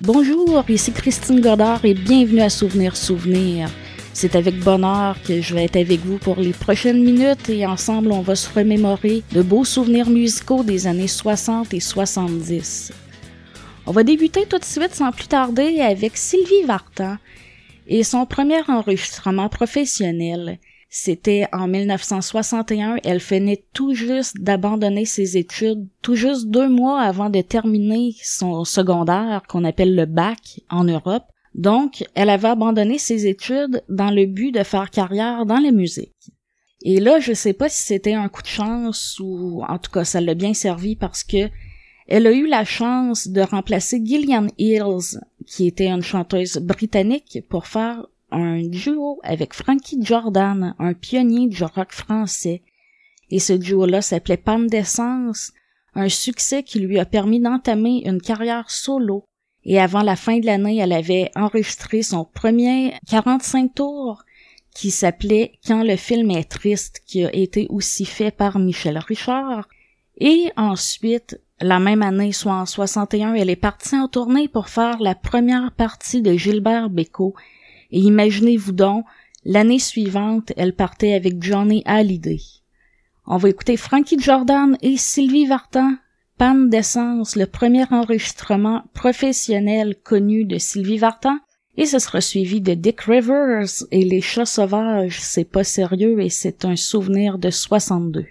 Bonjour, ici Christine Godard et bienvenue à Souvenir. C'est avec bonheur que je vais être avec vous pour les prochaines minutes et ensemble on va se remémorer de beaux souvenirs musicaux des années 60 et 70. On va débuter tout de suite sans plus tarder avec Sylvie Vartan et son premier enregistrement professionnel. C'était en 1961, elle venait tout juste d'abandonner ses études, tout juste 2 mois avant de terminer son secondaire, qu'on appelle le bac en Europe. Donc, elle avait abandonné ses études dans le but de faire carrière dans la musique. Et là, je sais pas si c'était un coup de chance ou, en tout cas, ça l'a bien servi parce que elle a eu la chance de remplacer Gillian Hills, qui était une chanteuse britannique, pour faire un duo avec Frankie Jordan, un pionnier du rock français. Et ce duo-là s'appelait Panne d'essence, un succès qui lui a permis d'entamer une carrière solo. Et avant la fin de l'année, elle avait enregistré son premier 45 tours qui s'appelait Quand le film est triste, qui a été aussi fait par Michel Richard. Et ensuite, la même année, soit en 61, elle est partie en tournée pour faire la première partie de Gilbert Bécaud. Et imaginez-vous donc, l'année suivante, elle partait avec Johnny Hallyday. On va écouter Frankie Jordan et Sylvie Vartan, Panne d'essence, le premier enregistrement professionnel connu de Sylvie Vartan, et ce sera suivi de Dick Rivers et Les Chats sauvages, c'est pas sérieux et c'est un souvenir de 62.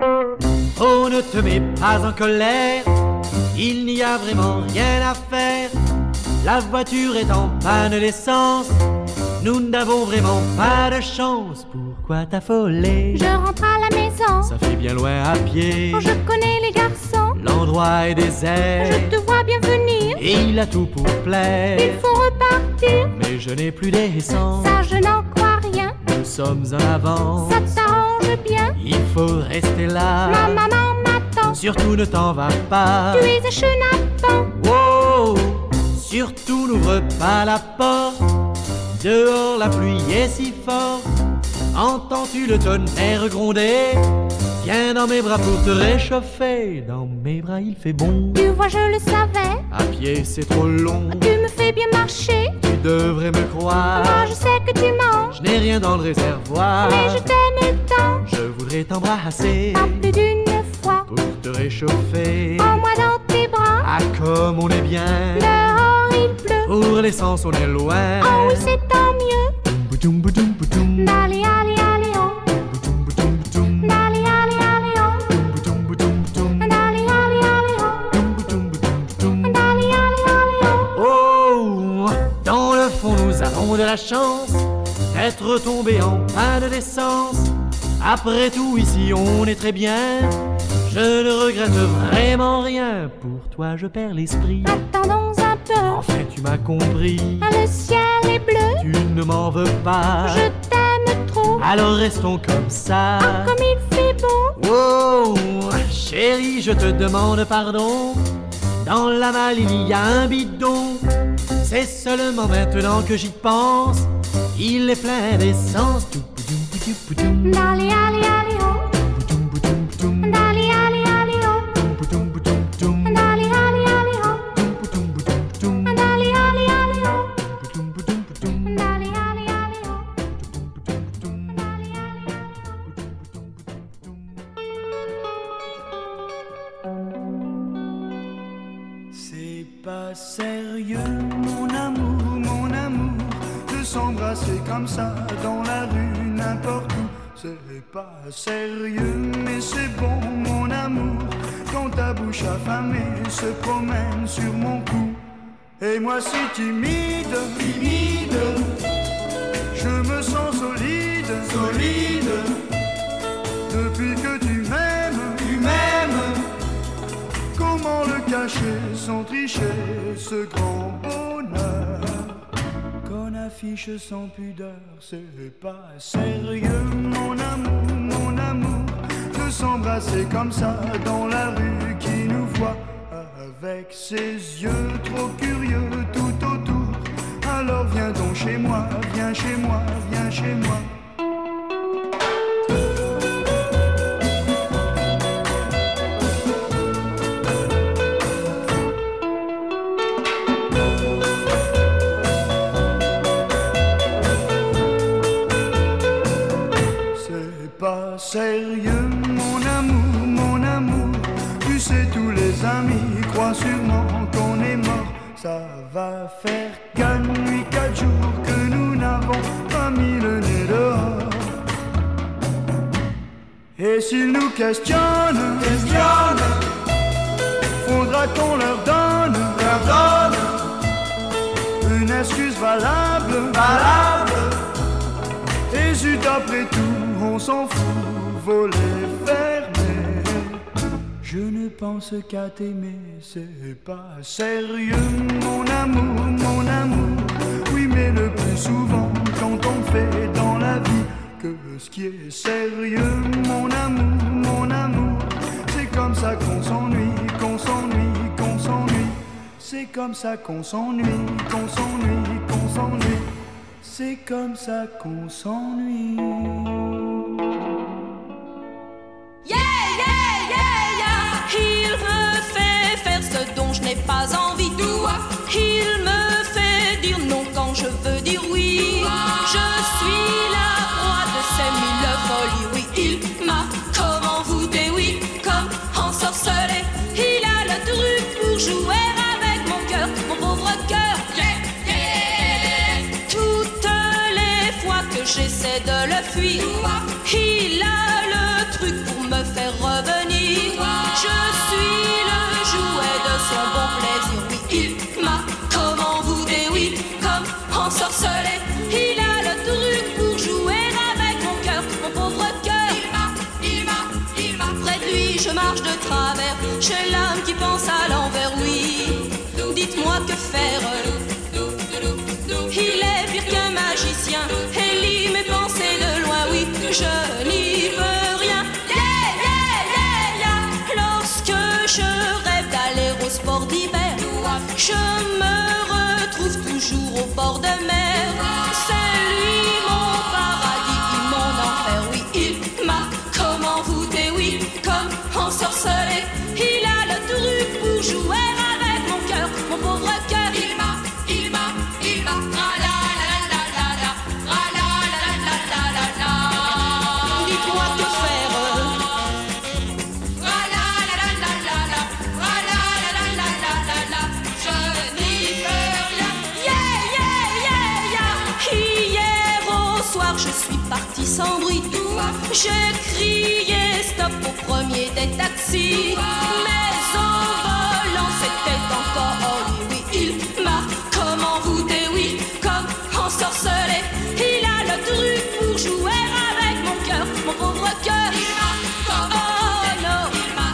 Oh, ne te mets pas en colère, il n'y a vraiment rien à faire. La voiture est en panne d'essence, nous n'avons vraiment pas de chance. Pourquoi t'affoler? Je rentre à la maison, ça fait bien loin à pied. Oh, je connais les garçons, l'endroit est désert. Je te vois bien venir, et il a tout pour plaire. Il faut repartir, mais je n'ai plus d'essence. Ça je n'en crois rien, nous sommes en avance. Ça t'arrange bien, il faut rester là. Ma maman m'attend, surtout ne t'en vas pas. Tu es un chenapan. Wow, surtout n'ouvre pas la porte. Dehors la pluie est si forte. Entends-tu le tonnerre gronder? Viens dans mes bras pour te réchauffer. Dans mes bras il fait bon. Tu vois je le savais, à pied c'est trop long. Tu me fais bien marcher, tu devrais me croire. Moi je sais que tu manges, je n'ai rien dans le réservoir. Mais je t'aime tant, je voudrais t'embrasser. Pas plus d'une fois, pour te réchauffer. Prends-moi dans tes bras. Ah comme on est bien. Dehors il pleut, pour l'essence on est loin. Oh oui c'est tant mieux. Dali, ali, ali, oh. Dali, ali, ali, oh. Dali, ali, ali, oh. Dali, ali, ali, oh. Oh, dans le fond nous avons de la chance d'être tombés en panne d'essence. Après tout ici on est très bien. Je ne regrette vraiment rien. Pour toi je perds l'esprit. Attendons un peu. Enfin tu m'as compris. Le ciel est bleu. Tu ne m'en veux pas. Je t'aime trop. Alors restons comme ça. Ah, comme il fait beau. Oh, chérie, je te demande pardon. Dans la malle il y a un bidon. C'est seulement maintenant que j'y pense. Il est plein d'essence. Dali, ali, ali, oh. Dali, ali, ali, oh. Dali, ali, ali, oh. Dali, ali, ali, oh. Dali, ali, ali, oh. C'est pas sérieux, mon amour, de s'embrasser comme ça dans la rue, n'importe où. C'est pas sérieux, mais c'est bon, mon amour, quand ta bouche affamée se promène sur mon cou. Et moi si timide, je me sens solide, depuis que tu m'aimes, comment le cacher sans tricher, ce grand bonheur qu'on affiche sans pudeur. C'est pas sérieux, mon amour, de s'embrasser comme ça dans la rue qui nous voit, avec ses yeux trop curieux tout autour. Alors viens donc chez moi, viens chez moi, viens chez moi. sérieux, mon amour. Tu sais, tous les amis croient sûrement qu'on est mort. Ça va faire 4 nuits, 4 jours que nous n'avons pas mis le nez dehors. Et s'ils nous questionnent, faudra qu'on leur donne une excuse valable. Et zut, après tout, on s'en fout, voler fermé. Je ne pense qu'à t'aimer, c'est pas sérieux, mon amour. Oui, mais le plus souvent, quand on fait dans la vie que ce qui est sérieux, mon amour, c'est comme ça qu'on s'ennuie. C'est comme ça qu'on s'ennuie. C'est comme ça qu'on s'ennuie. Il me fait faire ce dont je n'ai pas envie. Il me fait dire non quand je veux dire oui. Je suis la proie de ces 1000 folies. Oui, il m'a comme envoûté, oui, comme ensorcelé. Il a le truc pour jouer avec mon cœur, mon pauvre cœur. Toutes les fois que j'essaie de le fuir, il a le truc pour me faire revenir. Je suis le jouet de son bon plaisir. Oui, il m'a comme envoûté, oui, comme ensorcelé. Il a le truc pour jouer avec mon cœur, mon pauvre cœur. Il m'a. Près de lui, je marche de travers. J'ai l'âme qui pense à l'envers, oui. Dites-moi que faire. Il est pire qu'un magicien. Et lit mes pensées de loin, oui. Je n'y peux rien. Lorsque je rêve d'aller au sport d'hiver, je me retrouve toujours au bord de mer. C'est lui mon paradis, mon enfer, oui. Il m'a comme envoûté, oui, comme ensorcelé. Il a le truc pour jouer avec mon cœur, mon pauvre cœur. Il m'a. Dites-moi que faire. Hier au soir, je suis partie sans bruit. J'ai crié stop au premier des taxis. Mais en volant, c'était encore lui. Oui, il m'a comme envoûté, oui, comme ensorcelé. Il a le truc pour jouer avec mon cœur, mon pauvre cœur. Il m'a comme envoûté, non. Il m'a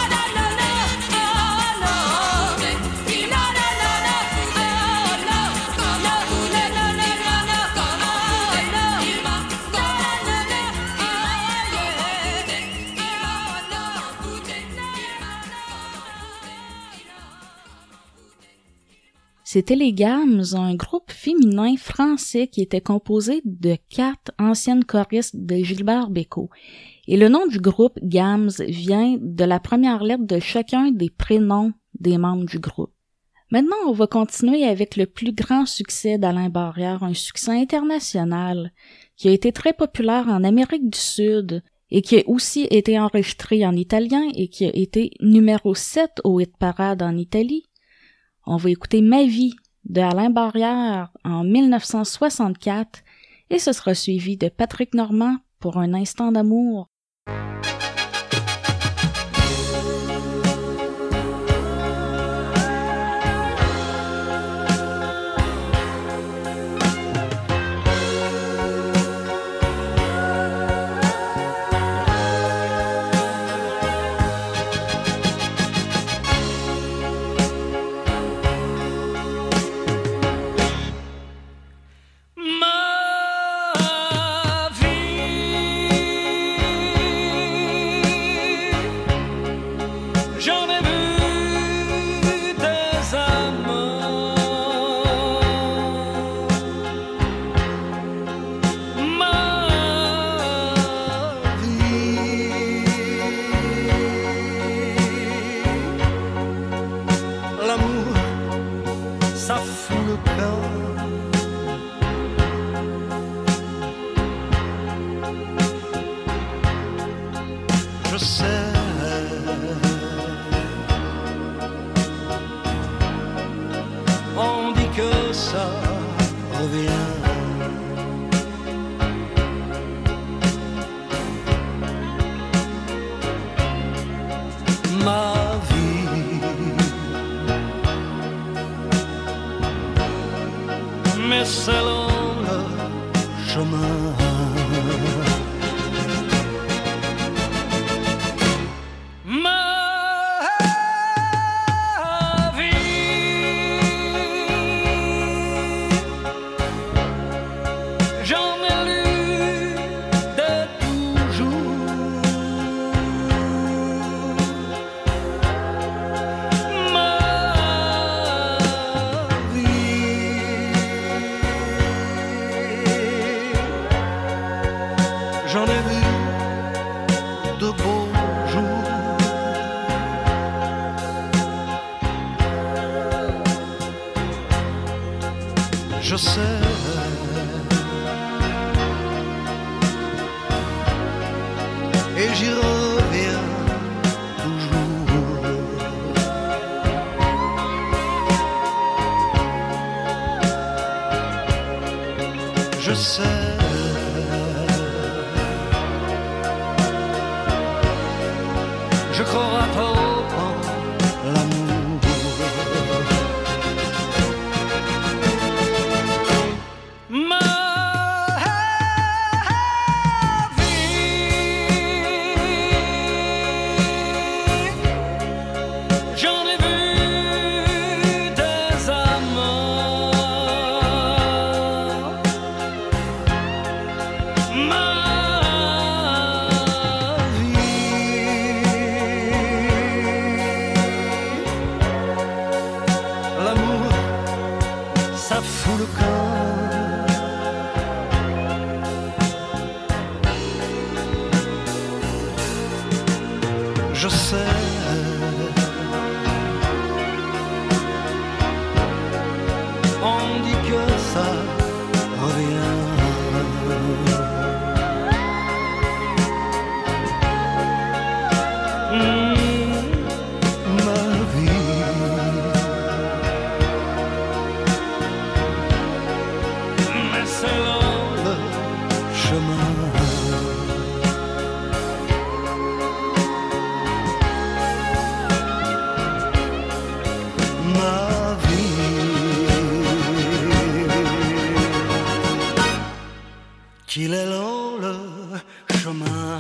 C'était les Gams, un groupe féminin français qui était composé de 4 anciennes choristes de Gilbert Bécaud. Et le nom du groupe Gams vient de la première lettre de chacun des prénoms des membres du groupe. Maintenant, on va continuer avec le plus grand succès d'Alain Barrière, un succès international qui a été très populaire en Amérique du Sud et qui a aussi été enregistré en italien et qui a été numéro 7 au hit parade en Italie. On va écouter Ma vie de Alain Barrière en 1964 et ce sera suivi de Patrick Normand pour Un instant d'amour. Ma vie je sais. Et j'y reviens toujours. Je sais. Je crois trop en l'amour. Ma vie, j'en ai vu des amants. Ma l'amour, ça fout le camp. Je sais. On dit que ça revient. Ma vie, mais c'est long le chemin. Ma vie, qu'il est long le chemin.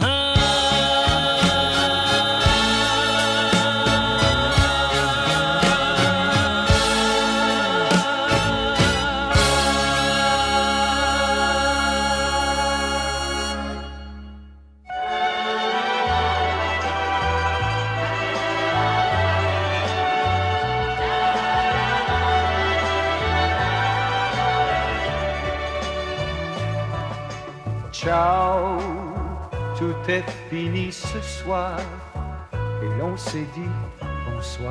Ciao, tout est fini ce soir et l'on s'est dit bonsoir.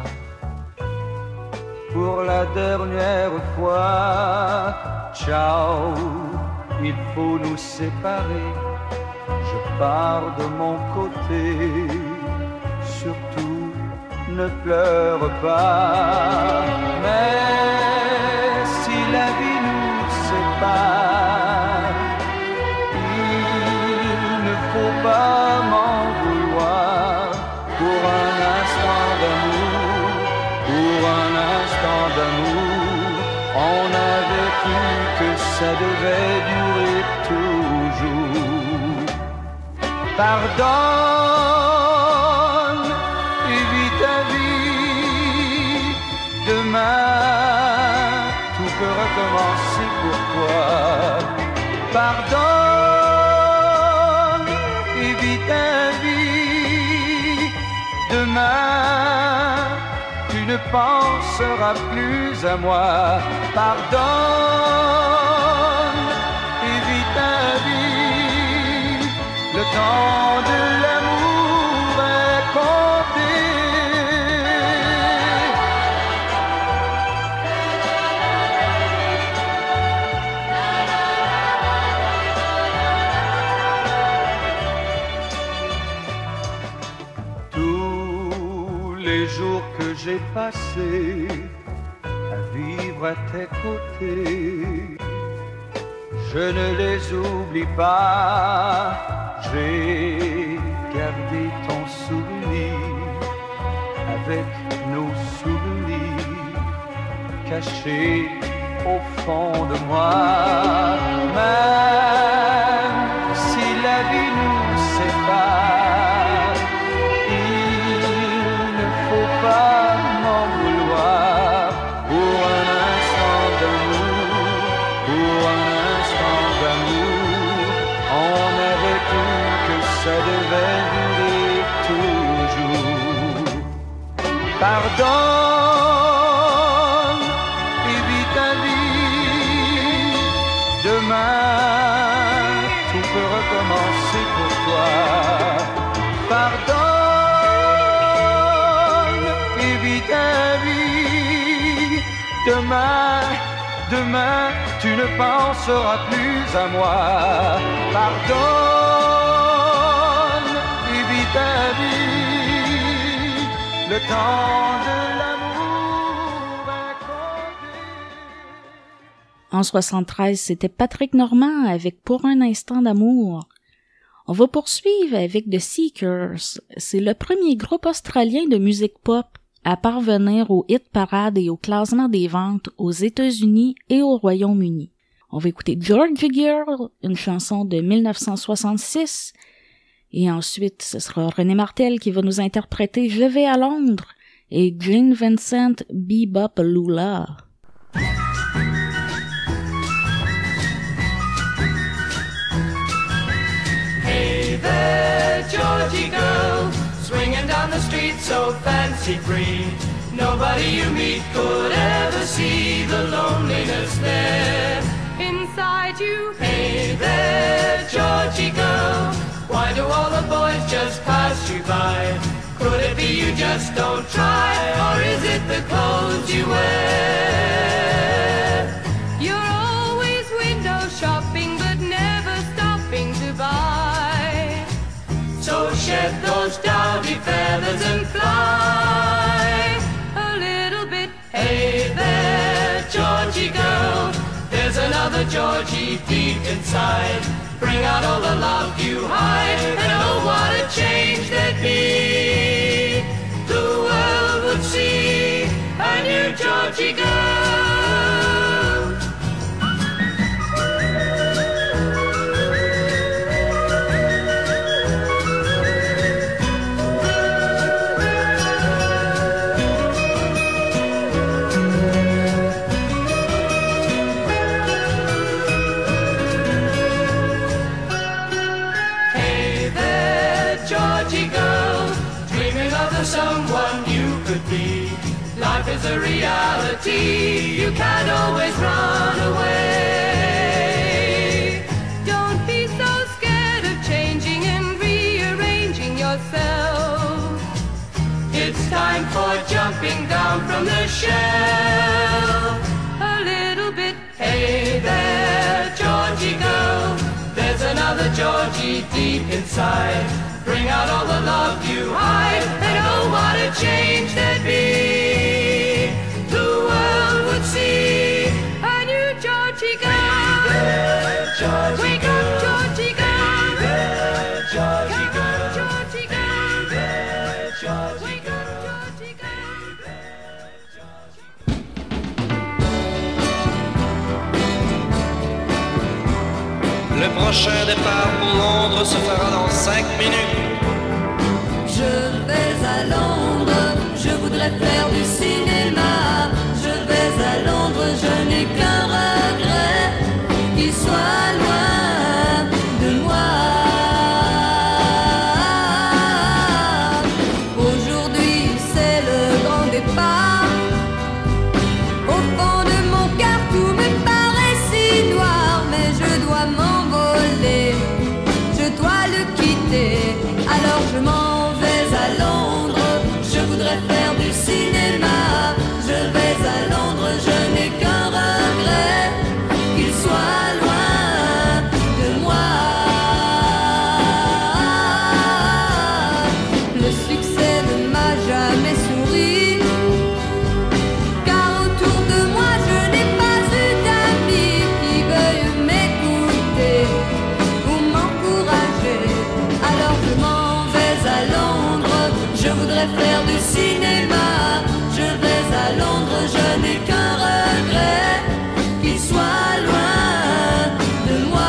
Pour la dernière fois, ciao, il faut nous séparer. Je pars de mon côté, surtout ne pleure pas. Mais si la vie nous sépare, faut pas m'en vouloir pour un instant d'amour, pour un instant d'amour. On avait cru que ça devait durer toujours. Pardonne et vis ta vie. Demain, tout peut recommencer pour toi. Pardonne. Ta vie, demain, tu ne penseras plus à moi. Pardonne et vis ta vie. Le temps de l'amour est compté. Les jours que j'ai passés à vivre à tes côtés, je ne les oublie pas. J'ai gardé ton souvenir avec nos souvenirs cachés au fond de moi. Même si la vie nous sépare, pas m'en vouloir pour un instant d'amour, pour un instant d'amour. On avait cru que ça devait durer toujours. Pardonne et vis ta vie. Demain, tout peut recommencer pour toi. Pardonne et vis ta vie. Demain, demain, tu ne penseras plus à moi. Pardonne et vis ta vie, le temps de l'amour incompté. En 73, c'était Patrick Normand avec Pour un instant d'amour. On va poursuivre avec The Seekers. C'est le premier groupe australien de musique pop à parvenir au hit parade et au classement des ventes aux États-Unis et au Royaume-Uni. On va écouter Georgie Girl, une chanson de 1966, et ensuite ce sera René Martel qui va nous interpréter Je vais à Londres et Jane Vincent Bebop Lula. Hey there, Georgie girl, swinging down the street so fancy-free. Nobody you meet could ever see the loneliness there inside you. Hey there, Georgie girl, why do all the boys just pass you by? Could it be you just don't try, or is it the clothes you wear? You're always window shopping but never stopping to buy. So shed those dowdy feathers and fly a little bit. Hey there, Georgie girl, there's another Georgie deep inside. Bring out all the love you hide, and oh, what a change there'd be. The world would see a new Georgie girl. Someone you could be. Life is a reality, you can't always run away. Don't be so scared of changing and rearranging yourself. It's time for jumping down from the shelf a little bit. Hey there, Georgie girl, there's another Georgie deep inside. Bring out all the love you hide, and oh, what a change there'd be. The world would see a new Georgie girl. Hey there, Georgie Wake girl. Up, Georgie girl. Hey there, Georgie girl. Georgie girl. Hey there, Georgie Wake girl. Up, Georgie girl. Le prochain départ pour Londres se fera dans 5 minutes. Je vais à Londres, je voudrais faire du cinéma. Je vais à Londres, je n'ai qu'un regret, qu'il soit loin de moi. Aujourd'hui c'est le grand départ. Au fond de mon cœur tout me paraît si noir, mais je dois m'envoler, je dois le quitter. Alors je m'en vais à Londres, je voudrais faire du cinéma. Je vais à Londres, je n'ai qu'un regret, qu'il soit loin de moi. Le succès ne m'a jamais souri, car autour de moi je n'ai pas eu d'amis qui veuillent m'écouter ou m'encourager. Alors je m'en vais à Londres, je voudrais faire du cinéma. Je vais à Londres, je n'ai qu'un regret, qu'il soit loin de moi.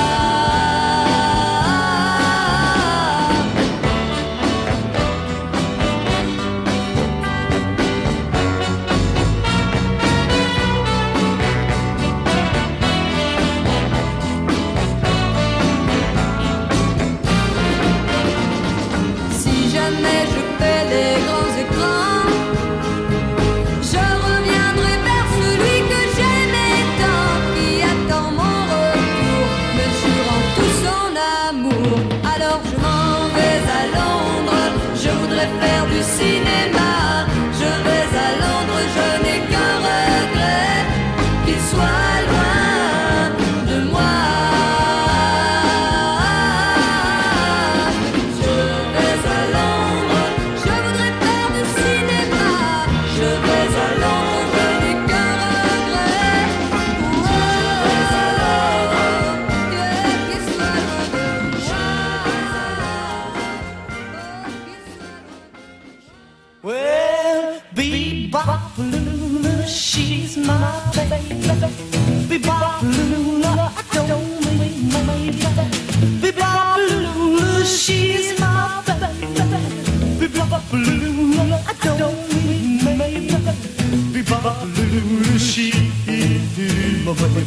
Si jamais je fais les grands écrans, je reviendrai vers celui que j'aimais tant, qui attend mon retour, me jurant tout son amour. Alors je m'en vais à Londres, je voudrais faire du cinéma. Je vais à Londres, je n'ai qu'un regret, qu'il soit loin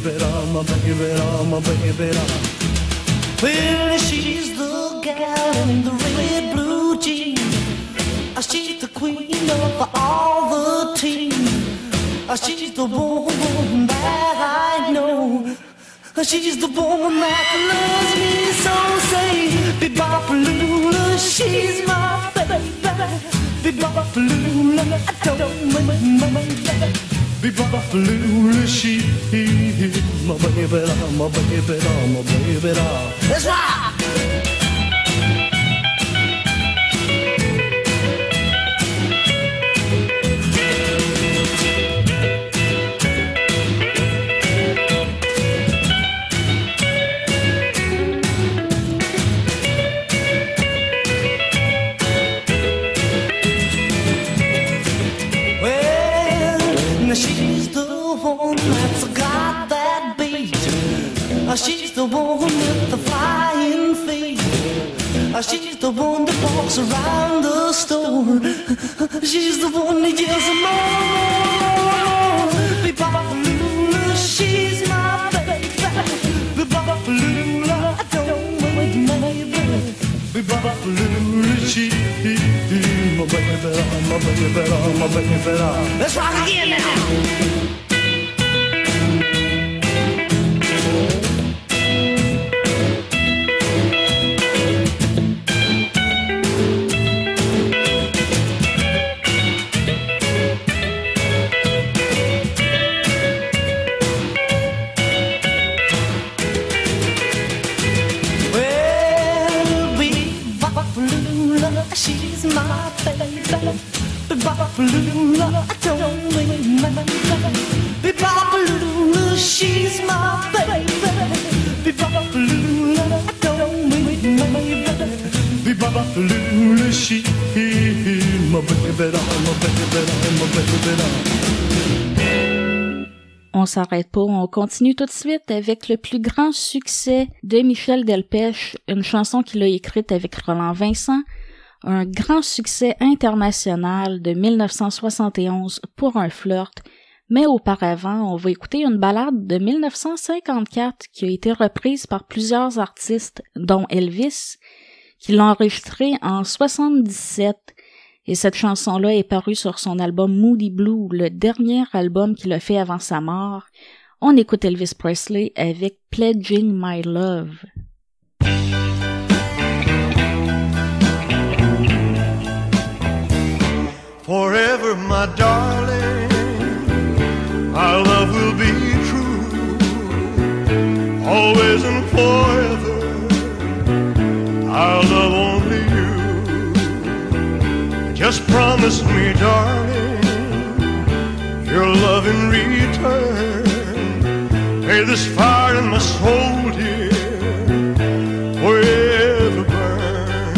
baby doll, my baby doll, my baby doll. Well, she's the gal in the red blue jeans. She's the queen of all the team. She's the woman that I know. She's the woman that loves me so. Say, Bebopalula, she's my baby. Bebopalula, I don't mind my baby. Bebopalula, she's my baby doll, my baby doll, my baby doll. That's right. She's the one that's got that beat. She's the one with the flying feet. She's the one that walks around the store. She's the one that yells more. Bebopalula, she's my baby. Bebopalula, I don't want my baby. Bebopalula, she's my baby, my baby, my baby. Let's rock again now. She's my baby. Bebopalula, I don't mean my baby. Bebopalula, she's my baby. Bebopalula, I don't mean my baby. Bebopalula, she's my baby, my baby, my baby. On s'arrête pas, on continue tout de suite avec le plus grand succès de Michel Delpech, une chanson qu'il a écrite avec Roland Vincent. Un grand succès international de 1971 pour un flirt, mais auparavant, on va écouter une ballade de 1954 qui a été reprise par plusieurs artistes, dont Elvis, qui l'a enregistrée en 77, et cette chanson-là est parue sur son album Moody Blue, le dernier album qu'il a fait avant sa mort. On écoute Elvis Presley avec Pledging My Love. Forever, my darling, our love will be true. Always and forever, I'll love only you. Just promise me, darling, your love in return. May this fire in my soul, dear, forever burn.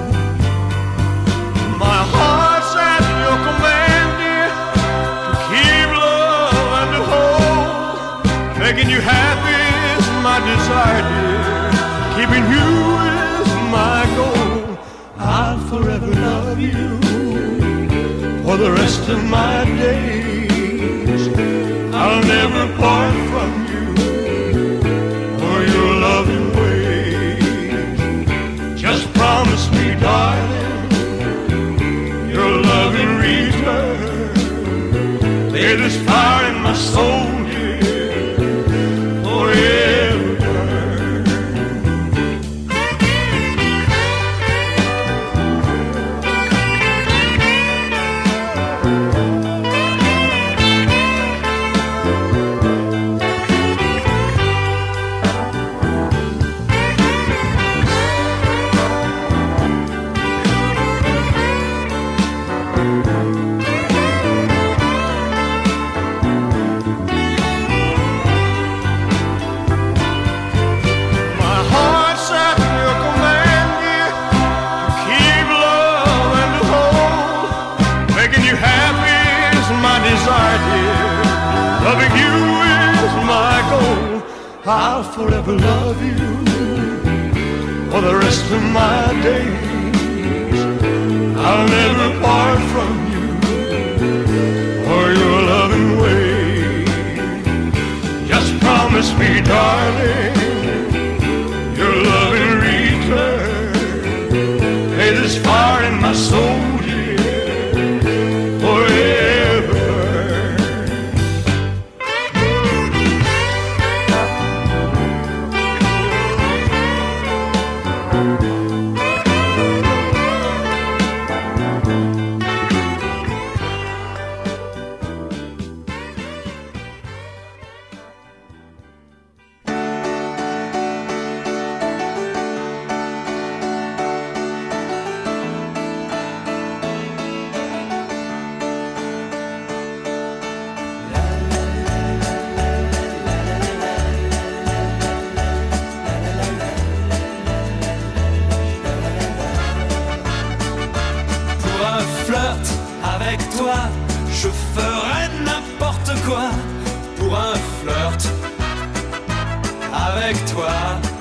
My heart's at your command, dear, to keep love and to hold. Making you happy is my desire, dear. Keeping you is my goal. I'll forever love you for the rest of my days. I'll never part from you or your loving ways. Just promise me, darling, your love in return. May this fire in my soul, dear, forever burn. Loving you is my goal. I'll forever love you for the rest of my days. I'll never part from you or your loving way. Just promise I sold you forever. Pour un flirt avec toi, je ferai n'importe quoi. Pour un flirt avec toi,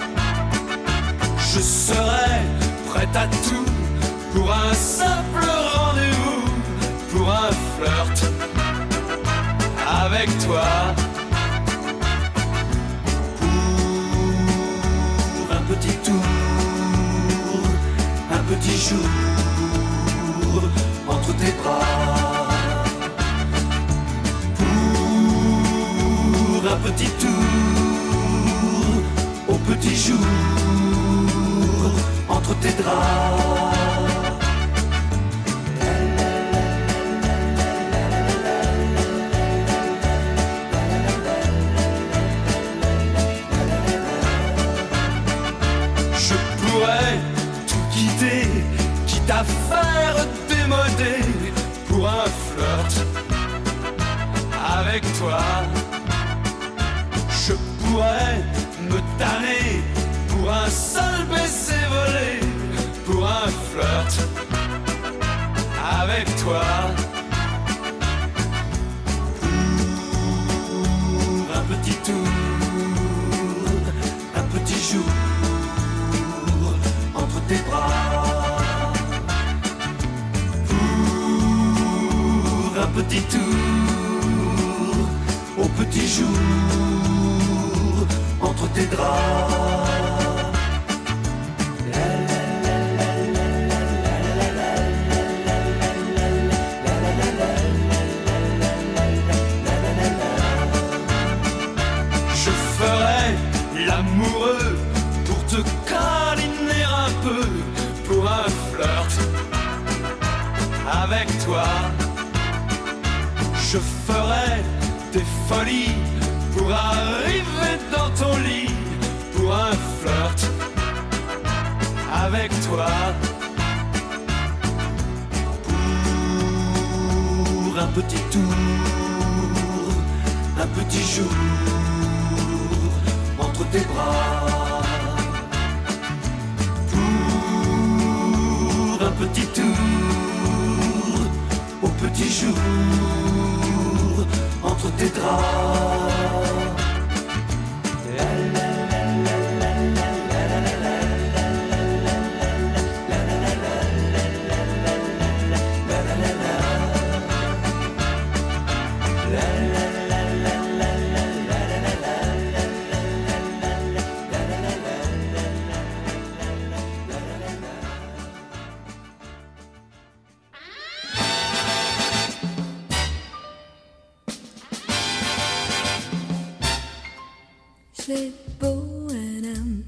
je serai prêt à tout. Pour un simple rendez-vous, pour un flirt avec toi. Pour un petit tour, un petit jour entre tes bras. Pour un petit tour au petit jour entre tes draps. Je pourrais tout quitter, quitte à faire démoder pour un flirt avec toi. Je pourrais me tanner pour un seul baiser volé, pour un flirt avec toi. Pour un petit tour, un petit jour entre tes bras. Pour un petit tour au petit jour entre tes draps. Je ferai l'amoureux pour te câliner un peu, pour un flirt avec toi. Je ferai des folies pour arriver dans ton lit, pour un flirt avec toi. Pour un petit tour, un petit jour entre tes bras. Pour un petit tour au petit jour entre tes draps. C'est beau un homme,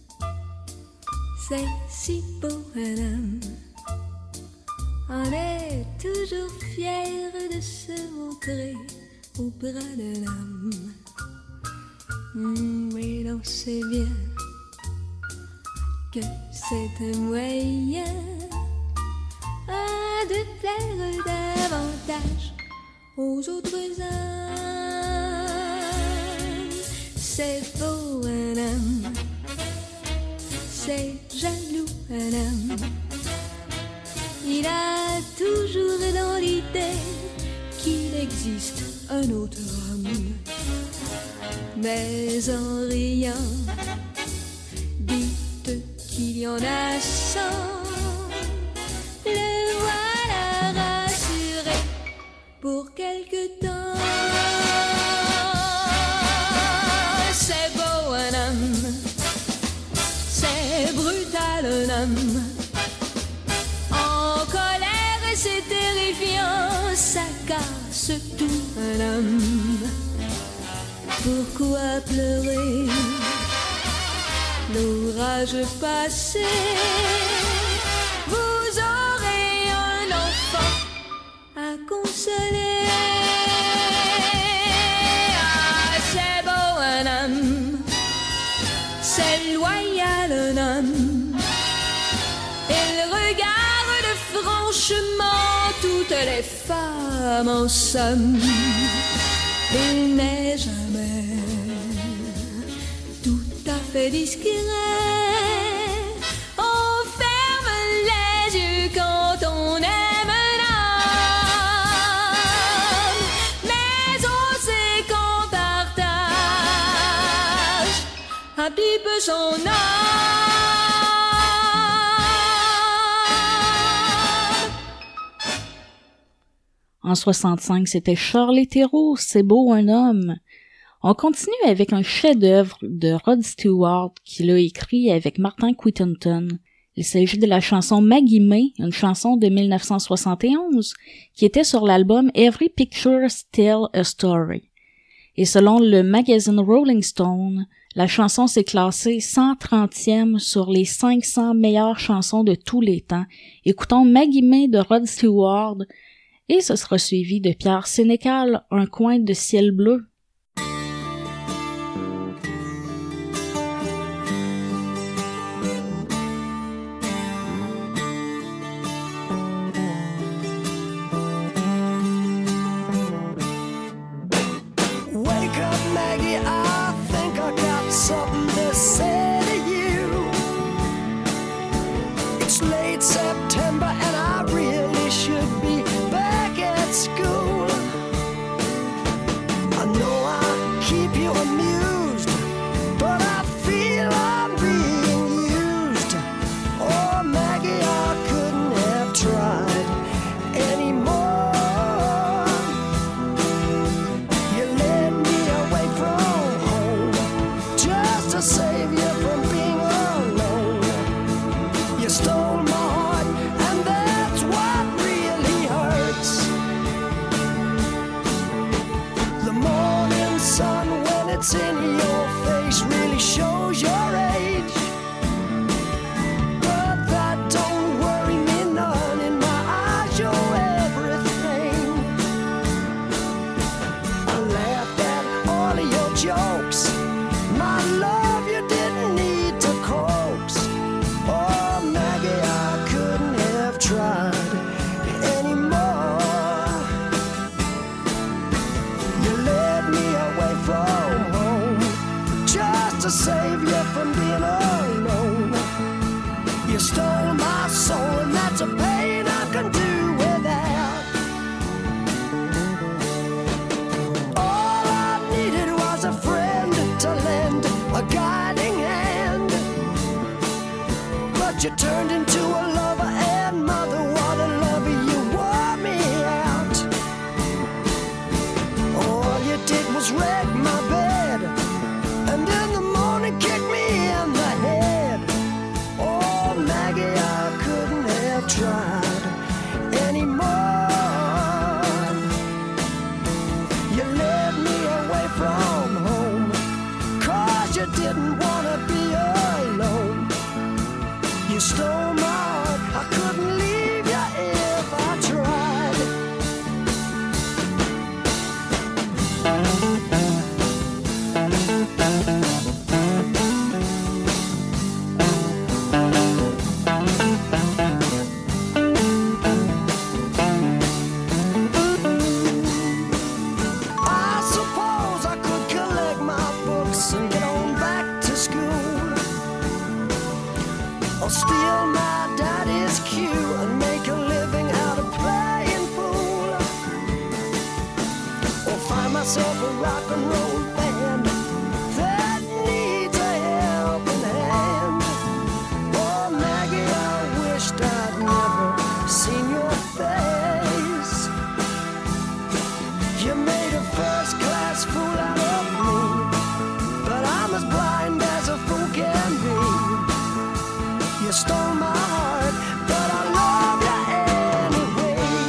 c'est si beau un homme. On est toujours fier de se montrer au bras de l'homme. Mais l'on sait bien que c'est un moyen de plaire davantage aux autres hommes. C'est beau un homme, c'est jaloux un homme. Il a toujours dans l'idée qu'il existe un autre homme. Mais en riant, dites qu'il y en a 100. Le voilà rassuré pour quelque temps. C'est beau un homme, c'est brutal un homme. Encore c'est terrifiant, ça casse tout un homme. Pourquoi pleurer l'orage passé? Vous aurez un enfant à consoler. Ah, c'est beau un homme, c'est loyal un homme. Il regarde franchement toutes les femmes en somme. Il n'est jamais tout à fait discret. On ferme les yeux quand on aime un homme, mais on sait qu'on partage un petit peu son âme. En 65, c'était Charlie Theroux, C'est beau un homme. On continue avec un chef-d'œuvre de Rod Stewart qu'il a écrit avec Martin Quittenton. Il s'agit de la chanson Maggie May, une chanson de 1971 qui était sur l'album Every Picture Tells a Story. Et selon le magazine Rolling Stone, la chanson s'est classée 130e sur les 500 meilleures chansons de tous les temps. Écoutons Maggie May de Rod Stewart et ce sera suivi de Pierre Sénécal, Un coin de ciel bleu. September and I really should be back at school. I know I keep you amused, but I feel I'm being used. Oh Maggie, I couldn't have tried anymore. You led me away from home just to save you from being alone. You stole my heart, and that's what really hurts. The morning sun, when it's in your face, really shows your age. But that don't worry me none. In my eyes, you're everything. I laughed at all of your jokes. My love, you didn't need to coax. Oh, Maggie, I couldn't have tried anymore. You led me away from home just to save you from being alone. You stole my soul, and that's a pain I can do without. All I needed was a friend to lend a guiding hand. But you turned into a lover and mother. What a lover, you wore me out. All you did was wreck my bed, and in the morning kick me in the head. Oh Maggie, I couldn't have tried anymore. You led me away from home 'cause you didn't want to be alone. You stole my heart, I couldn't leave you if I tried. I suppose I could collect my books and get on back to school, or steal my daddy's cue and make a living out of playing pool, or find myself a rock and roll band that needs a helping hand. Oh Maggie, I wished I'd never seen your face. You made a first-class fool out of me, but I'm as blind as a fool can be. You stole my heart, but I love you anyway.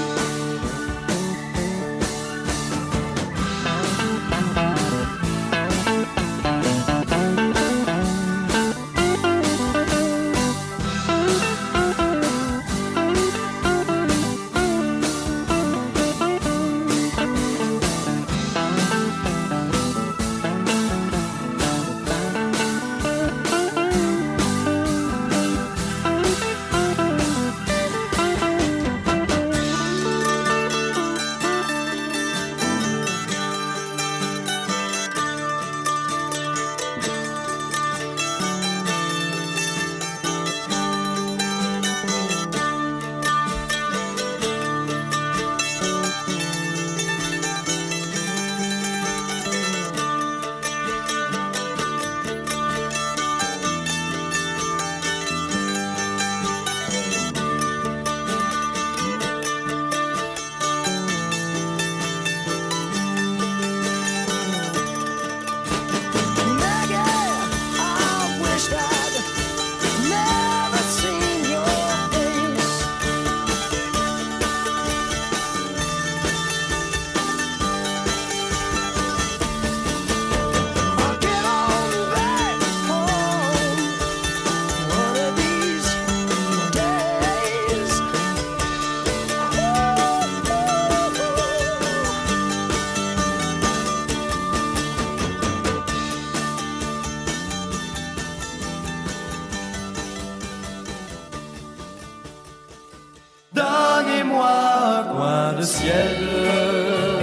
de ciel bleu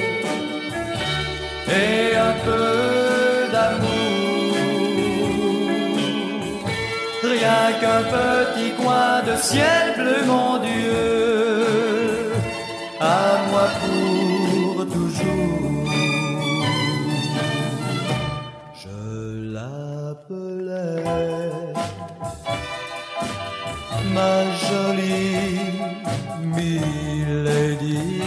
et un peu d'amour. Rien qu'un petit coin de ciel bleu, mon Dieu, à moi pour toujours. Je l'appelais ma jolie Milady.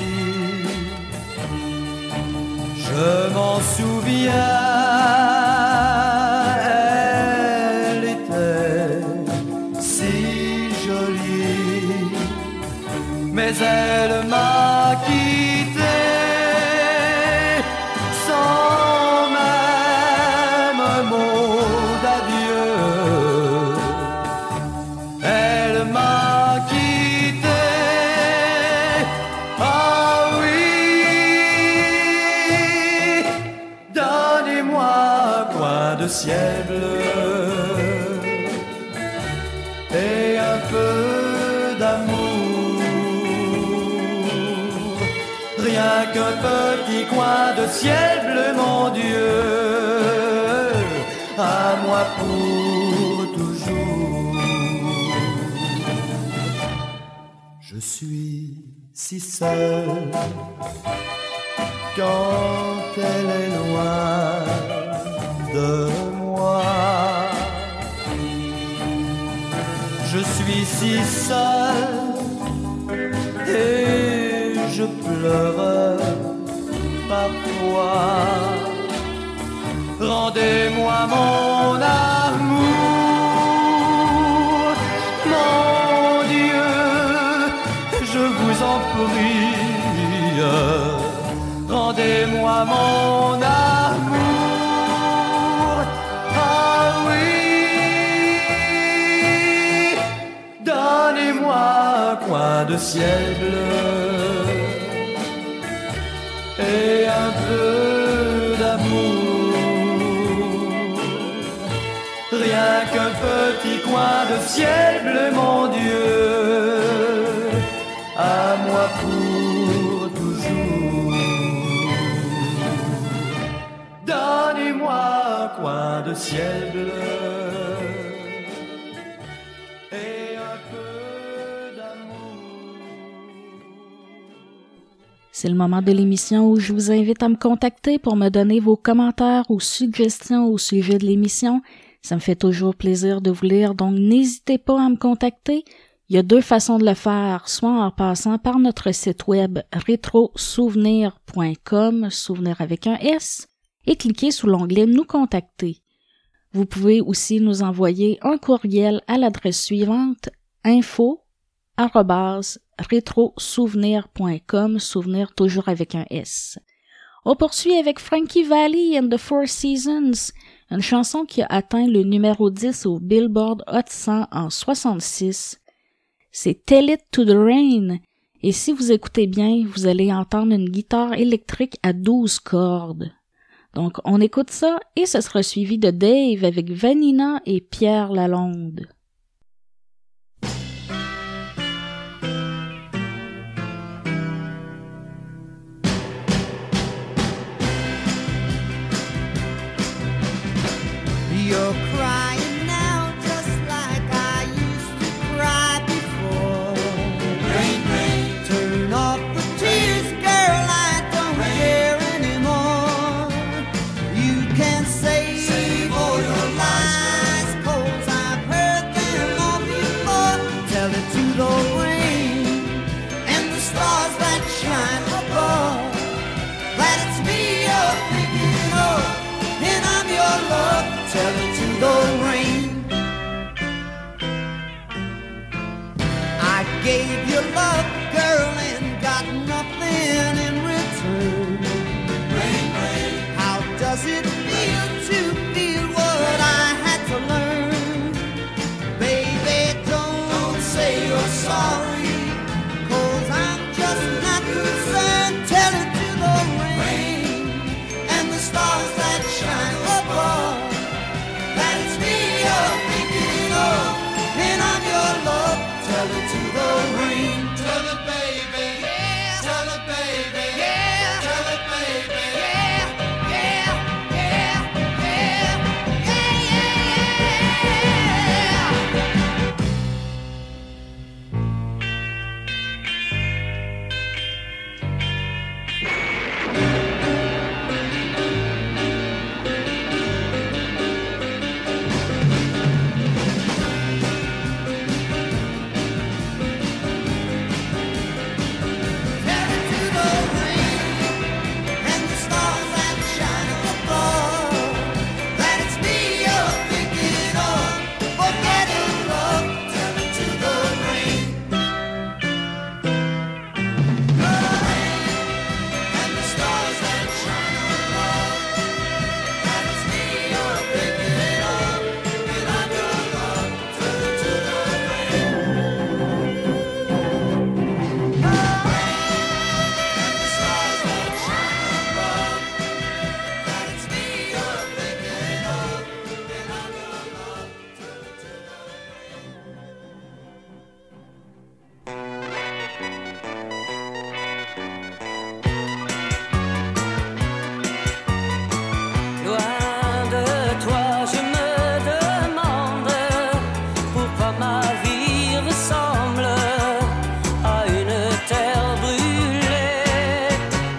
Je m'en souviens, elle était si jolie, mais elle m'a quitté sans même un mot d'adieu. Elle m'a quitté, ah oui. Donnez-moi un coin de ciel bleu et un peu d'amour. Rien qu'un petit coin de ciel bleu, mon Dieu, à moi pour toujours. Je suis si seul quand elle est loin de moi. Je suis si seul et je pleure parfois. Rendez-moi mon amour, mon Dieu, je vous en prie. Rendez-moi mon amour, ah oui. Donnez-moi un coin de ciel bleu et un peu d'amour. Rien qu'un petit coin de ciel bleu, mon Dieu, à moi pour toujours. Donnez-moi un coin de ciel bleu et un peu d'amour. C'est le moment de l'émission où je vous invite à me contacter pour me donner vos commentaires ou suggestions au sujet de l'émission. Ça me fait toujours plaisir de vous lire, donc n'hésitez pas à me contacter. Il y a deux façons de le faire, soit en passant par notre site web retrosouvenir.com, souvenir avec un S, et cliquez sur l'onglet Nous contacter. Vous pouvez aussi nous envoyer un courriel à l'adresse suivante, info@retrosouvenir.com, souvenir toujours avec un S. On poursuit avec Frankie Valli and the Four Seasons, une chanson qui a atteint le numéro 10 au Billboard Hot 100 en 1966. C'est Tell It to the Rain, et si vous écoutez bien, vous allez entendre une guitare électrique à 12 cordes. Donc on écoute ça, et ce sera suivi de Dave avec Vanina et Pierre Lalonde. You're crying now just like I used to cry before. Rain, rain, turn off the tears, girl, I don't care anymore. You can save all your lies, 'cause I've heard them all before. Tell it to the rain and the stars that shine above, that it's me you're thinking of, and I'm your love. Tell it to the rain. I gave you love, girl, and got nothing in return. Rain, rain. How does it feel to feel what I had to learn? Baby, don't say you're sorry, 'cause I'm just not concerned. Tell it to the rain and the stars that shine above, that it's me you're thinking of, and I'm your love. Tell it to the rain. Tell it, baby. Yeah. Tell ma vie ressemble à une terre brûlée.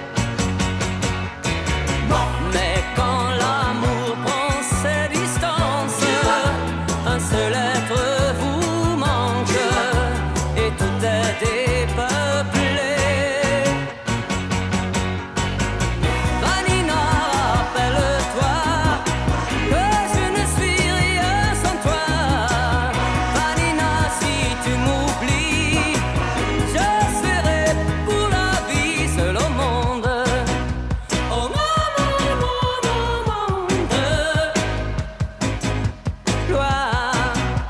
Mais quand l'amour prend ses distances, un seul être vous manque et tout est dépeuplé. Vanina, rappelle-toi que je ne suis rien sans toi. Vanina, si tu m'oublies, je serai pour la vie seul au monde. Au monde, loin,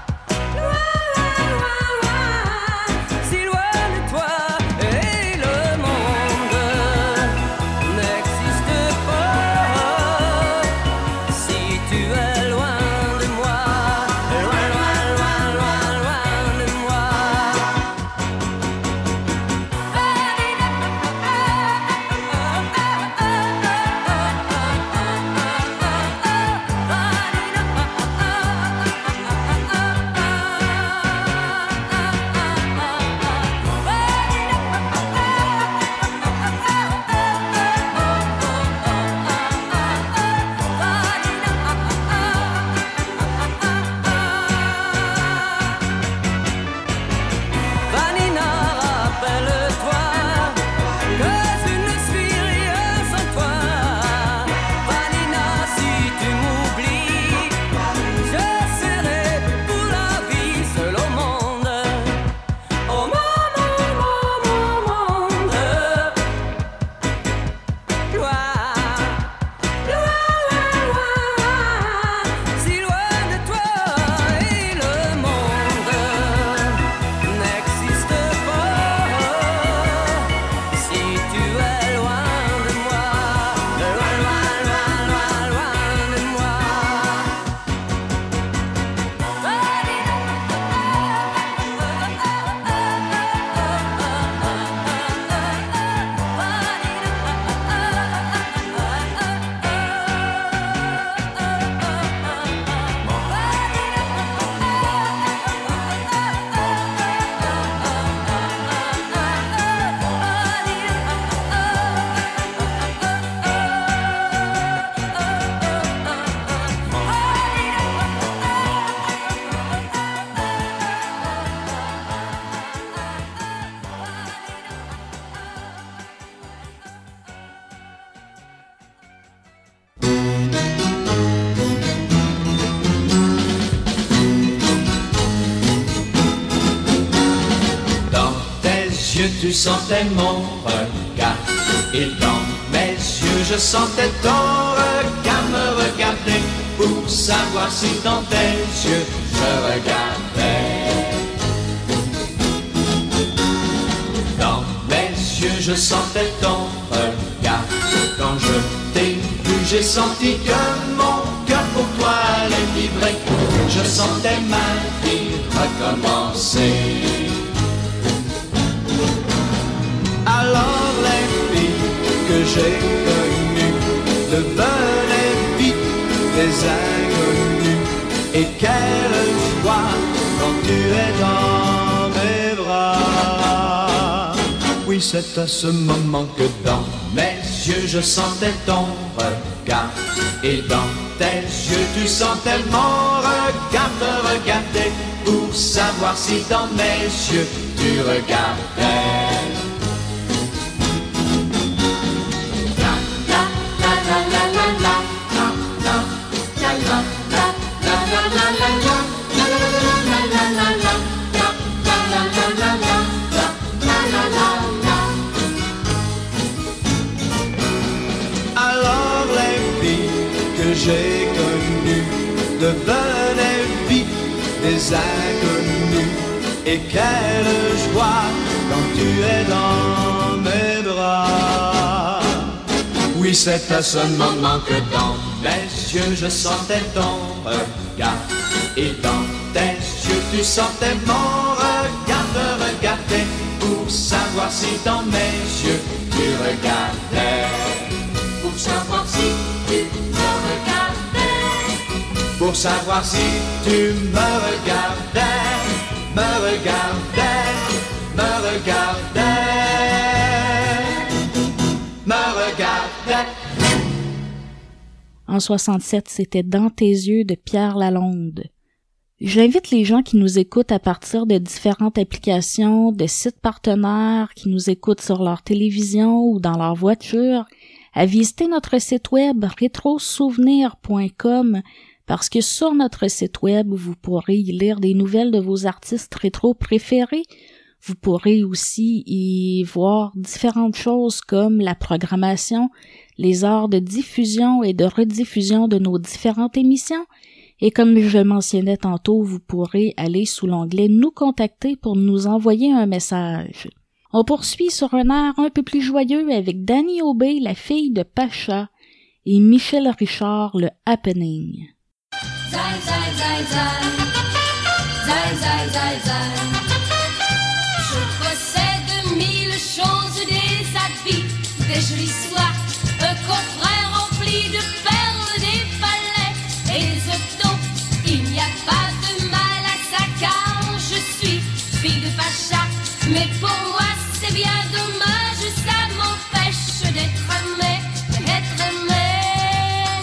si loin de toi et le monde n'existe pas. Si tu es loin de moi, loin, loin, loin, loin, loin de moi. Vanina, rappelle-toi que je ne suis rien sans toi. Vanina, si tu m'oublies, je serai pour la vie seul au monde. Au monde, loin, si loin de toi et le monde n'existe pas. Si tu es loin de moi, loin, loin, loin, loin, loin de moi. Dans tes yeux tu sentais mon regard, et dans mes yeux je sentais ton regard me regarder, pour savoir si dans tes yeux je regardais. Dans mes yeux je sentais ton regard, quand je t'ai vu j'ai senti que mon cœur pour toi allait vibrer, je sentais ma vie recommencer. Alors les filles que j'ai connues devenaient vite des inconnus, et quelle joie quand tu es dans mes bras. Oui, c'est à ce moment que dans mes yeux je sentais ton regard, et dans tes yeux tu sentais mon regard te regarder, pour savoir si dans mes yeux tu regardais. Alors les filles que j'ai connues devenaient vite des inconnus, et quelle joie quand tu es dans mes bras. Oui, c'est à ce moment que dans mes yeux je sentais ton regard, et dans tes yeux tu sentais mon regard te regarder, pour savoir si dans mes yeux tu regardais. Pour savoir si tu me regardais. Pour savoir si tu me regardais. me regardait, me regardait. En 67, c'était Dans tes yeux de Pierre Lalonde. J'invite les gens qui nous écoutent à partir de différentes applications, de sites partenaires, qui nous écoutent sur leur télévision ou dans leur voiture, à visiter notre site web rétrosouvenir.com parce que sur notre site web, vous pourrez y lire des nouvelles de vos artistes rétro préférés. Vous pourrez aussi y voir différentes choses comme la programmation, les heures de diffusion et de rediffusion de nos différentes émissions. Et comme je le mentionnais tantôt, vous pourrez aller sous l'onglet « Nous contacter » pour nous envoyer un message. On poursuit sur un air un peu plus joyeux avec Danny Aubé, la fille de Pacha, et Michel Richard, le Happening. Zai, zai, zai, zai. Zai, zai, zai, zai. Je possède 1000 choses, des habits, des jolies soies, un coffret rempli de perles, des palais et des autos. Il n'y a pas de mal à ça car je suis fille de Pacha. Mais pour moi c'est bien dommage, ça m'empêche d'être aimée, d'être aimée.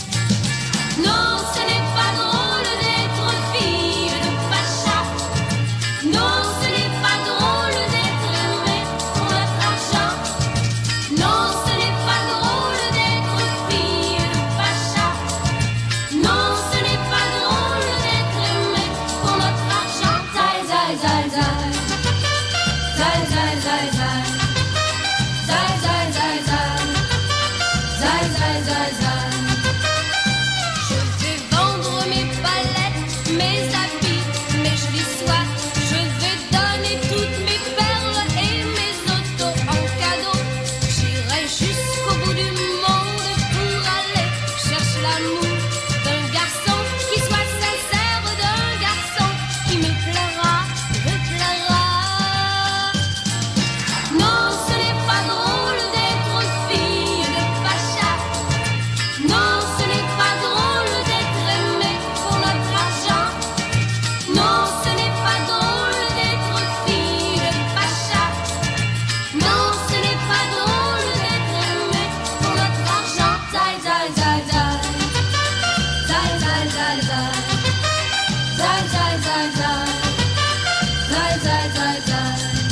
Non, ce n'est pas drôle d'être fille de Pacha. Non, ce n'est pas drôle d'être aimée pour notre argent. Non, ce n'est pas drôle d'être fille de Pacha. Non, ce n'est pas drôle d'être aimée pour notre argent. Zai, zai, zai, zai. Zai, zai, zai, zai. Zai, zai, zai, zai. Zai, zai, zai, zai. Je vais vendre mes palettes, mes habits, mes jolies soies. Je vais donner toutes mes perles et mes autos en cadeau. J'irai jusqu'au bout du monde pour aller chercher l'amour d'un garçon qui soit sincère, d'un garçon qui me plaira, me plaira. Non, ce n'est pas drôle d'être fille de Pacha. Non, ce n'est pas drôle d'être aimée pour notre argent. Non, ce n'est pas drôle d'être fille de Pacha. Non, ce n'est pas drôle d'être aimée pour notre argent. Zai, zai, zai, zai. Zai, zai, zai, zai. Zai, zai, zai, zai. Zai, zai, zai, zai.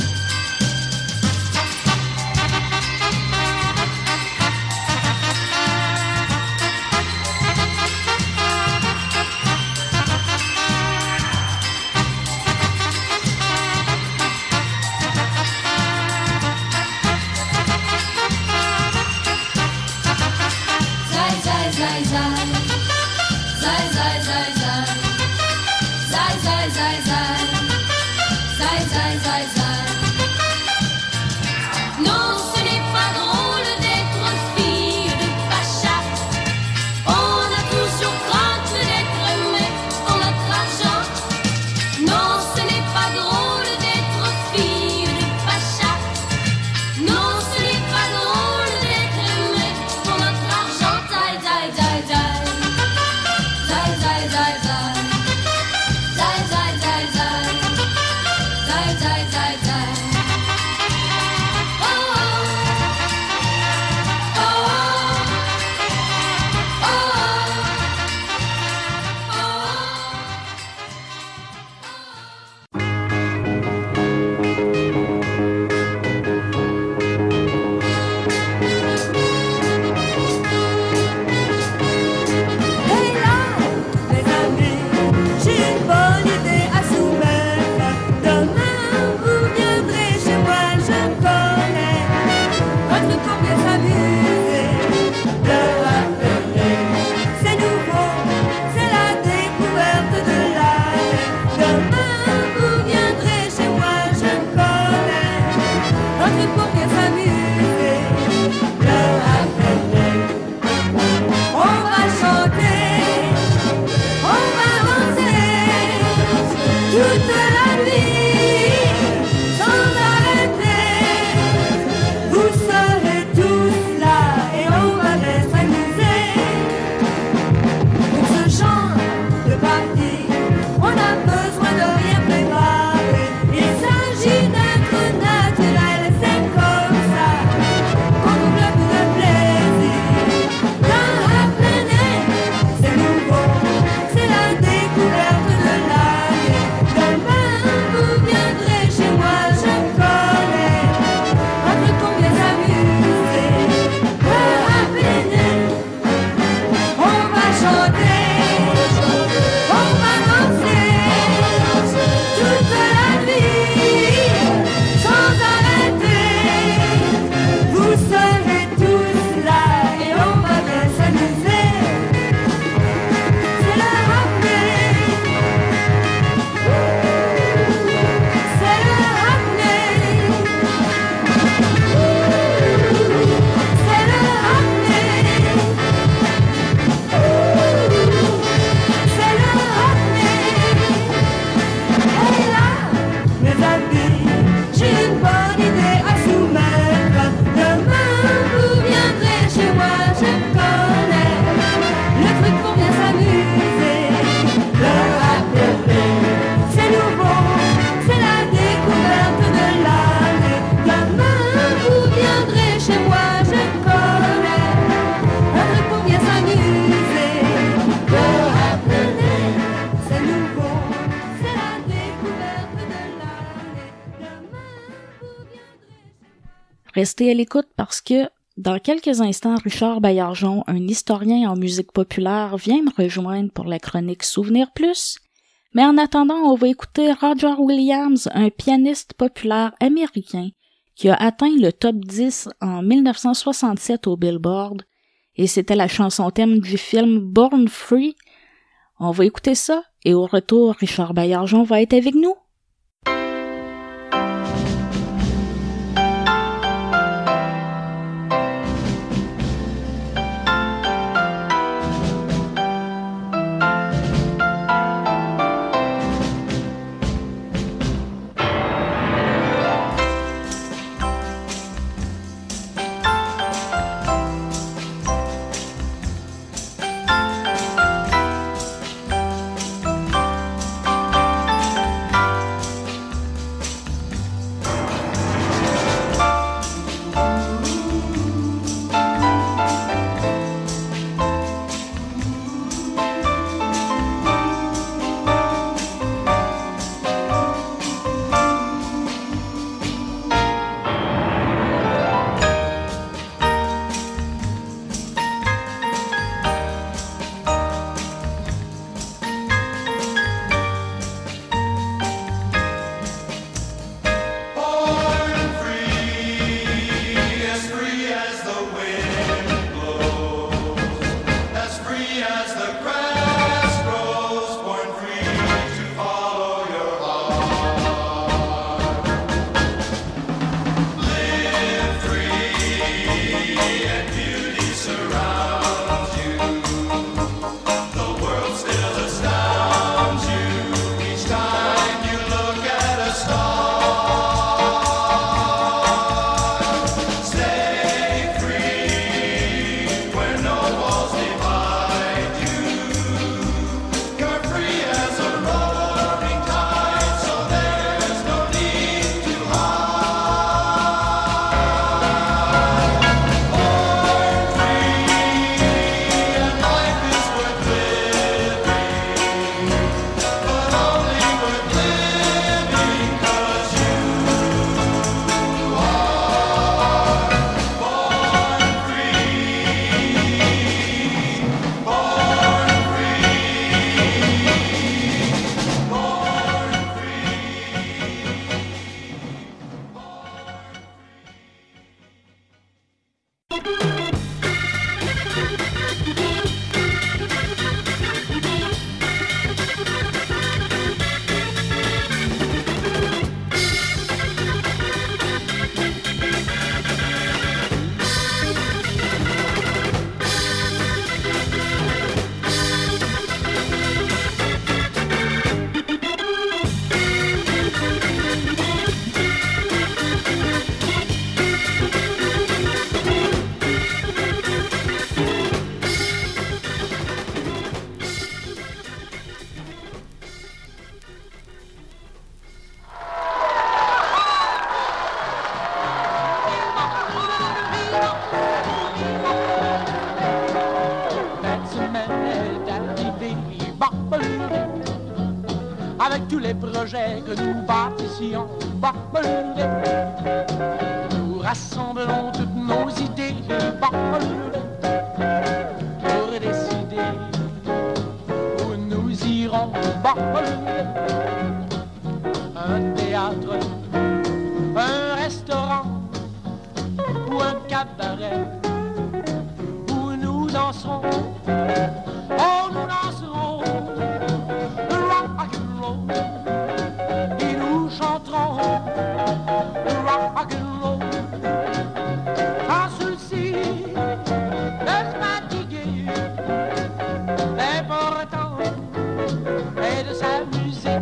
Zai, zai, zai, zai. Zai, zai, zai, zai. Zai, zai, zai, zai. Zai, zai, zai, zai. Non, ce n'est pas drôle d'être fille de Pacha. On a toujours crainte d'être aimé pour notre argent. Non, ce n'est pas drôle d'être fille de Pacha. Non, ce n'est pas drôle d'être aimé pour notre argent. Zai, zai, zai, zai. Zai, zai, zai, zai. Zai, zai, zai, zai. Zai, zai, zai, Restez à l'écoute parce que dans quelques instants, Richard Baillargeon, un historien en musique populaire, vient me rejoindre pour la chronique Souvenir Plus. Mais en attendant, on va écouter Roger Williams, un pianiste populaire américain qui a atteint le top 10 en 1967 au Billboard, et c'était la chanson thème du film Born Free. On va écouter ça, et au retour, Richard Baillargeon va être avec nous. avec tous les projets que nous bâtissions. Nous rassemblons toutes nos idées pour décider où nous irons. Un théâtre, un restaurant ou un cabaret où nous danserons. Oh, nous danserons le rock and roll et nous chanterons le rock and roll. Sans souci de se fatiguer, l'important est de s'amuser.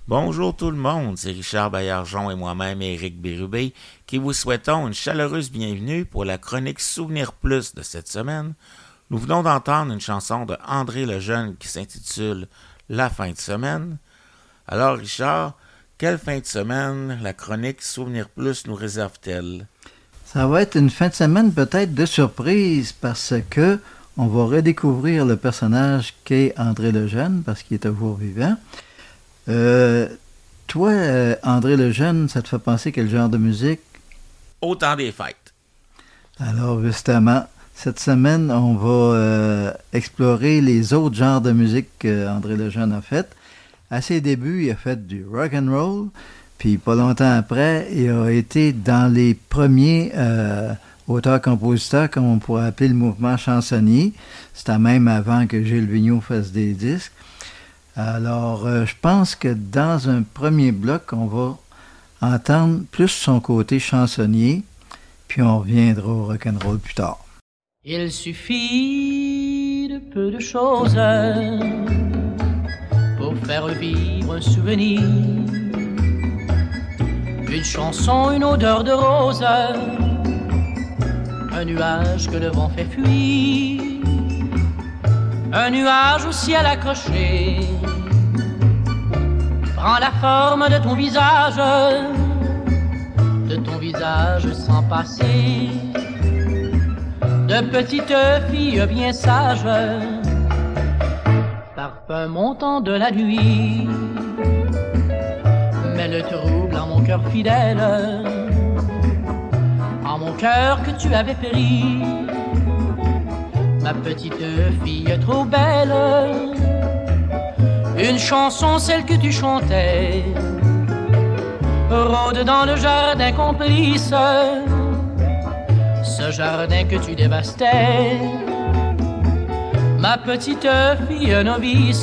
Bonjour tout le monde, c'est Richard Baillargeon et moi-même Éric Bérubé qui vous souhaitons une chaleureuse bienvenue pour la chronique Souvenir Plus de cette semaine. Nous venons d'entendre une chanson de André Lejeune qui s'intitule « La fin de semaine ». Alors Richard, quelle fin de semaine la chronique Souvenir Plus nous réserve-t-elle? Ça va être une fin de semaine peut-être de surprise parce que on va redécouvrir le personnage qu'est André Lejeune parce qu'il est toujours vivant. Toi, André Lejeune, ça te fait penser quel genre de musique? Au temps des fêtes. Alors, justement, cette semaine, on va explorer les autres genres de musique qu'André Lejeune a fait. À ses débuts, il a fait du rock and roll, puis pas longtemps après, il a été dans les premiers auteurs-compositeurs, comme on pourrait appeler le mouvement chansonnier. C'était même avant que Gilles Vigneault fasse des disques. Alors, je pense que dans un premier bloc, on va entendre plus son côté chansonnier, puis on reviendra au rock'n'roll plus tard. Il suffit de peu de choses pour faire vivre un souvenir, une chanson, une odeur de rose, un nuage que le vent fait fuir, un nuage au ciel accroché prend la forme de ton visage sans passer, de petite fille bien sage, parfum montant de la nuit, met le trouble en mon cœur fidèle, en mon cœur que tu avais péri, ma petite fille trop belle. Une chanson, celle que tu chantais, rôde dans le jardin complice, ce jardin que tu dévastais, ma petite fille novice.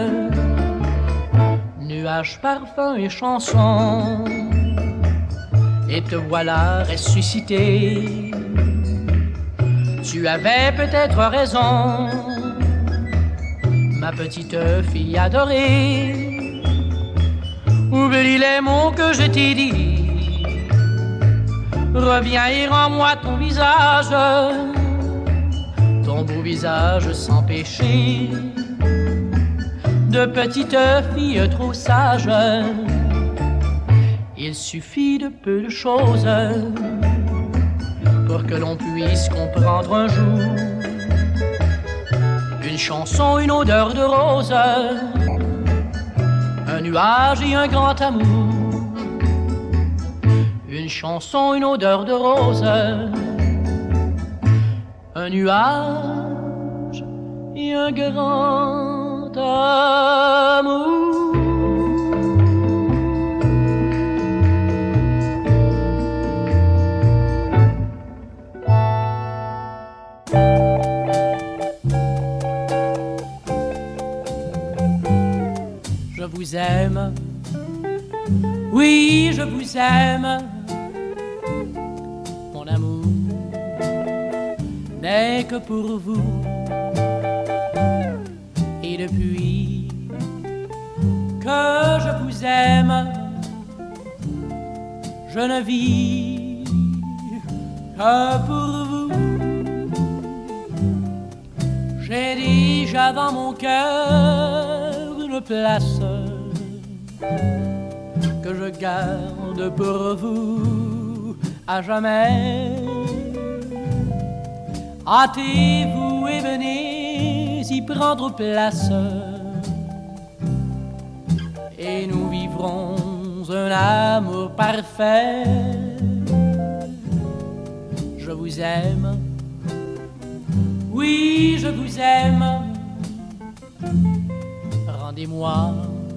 Nuages, parfums et chansons, et te voilà ressuscité. Tu avais peut-être raison, ma petite fille adorée. Oublie les mots que je t'ai dit, reviens et rends-moi ton visage, ton beau visage sans péché, de petite fille trop sage. Il suffit de peu de choses pour que l'on puisse comprendre un jour une chanson, une odeur de rose, un nuage et un grand amour. Une chanson, une odeur de rose, un nuage et un grand amour. Je vous aime, oui, je vous aime. Mon amour n'est que pour vous. Et depuis que je vous aime, je ne vis que pour vous. J'ai déjà dans mon cœur une place que je garde pour vous à jamais. Hâtez-vous et venez y prendre place, et nous vivrons un amour parfait. Je vous aime, oui, je vous aime. Rendez-moi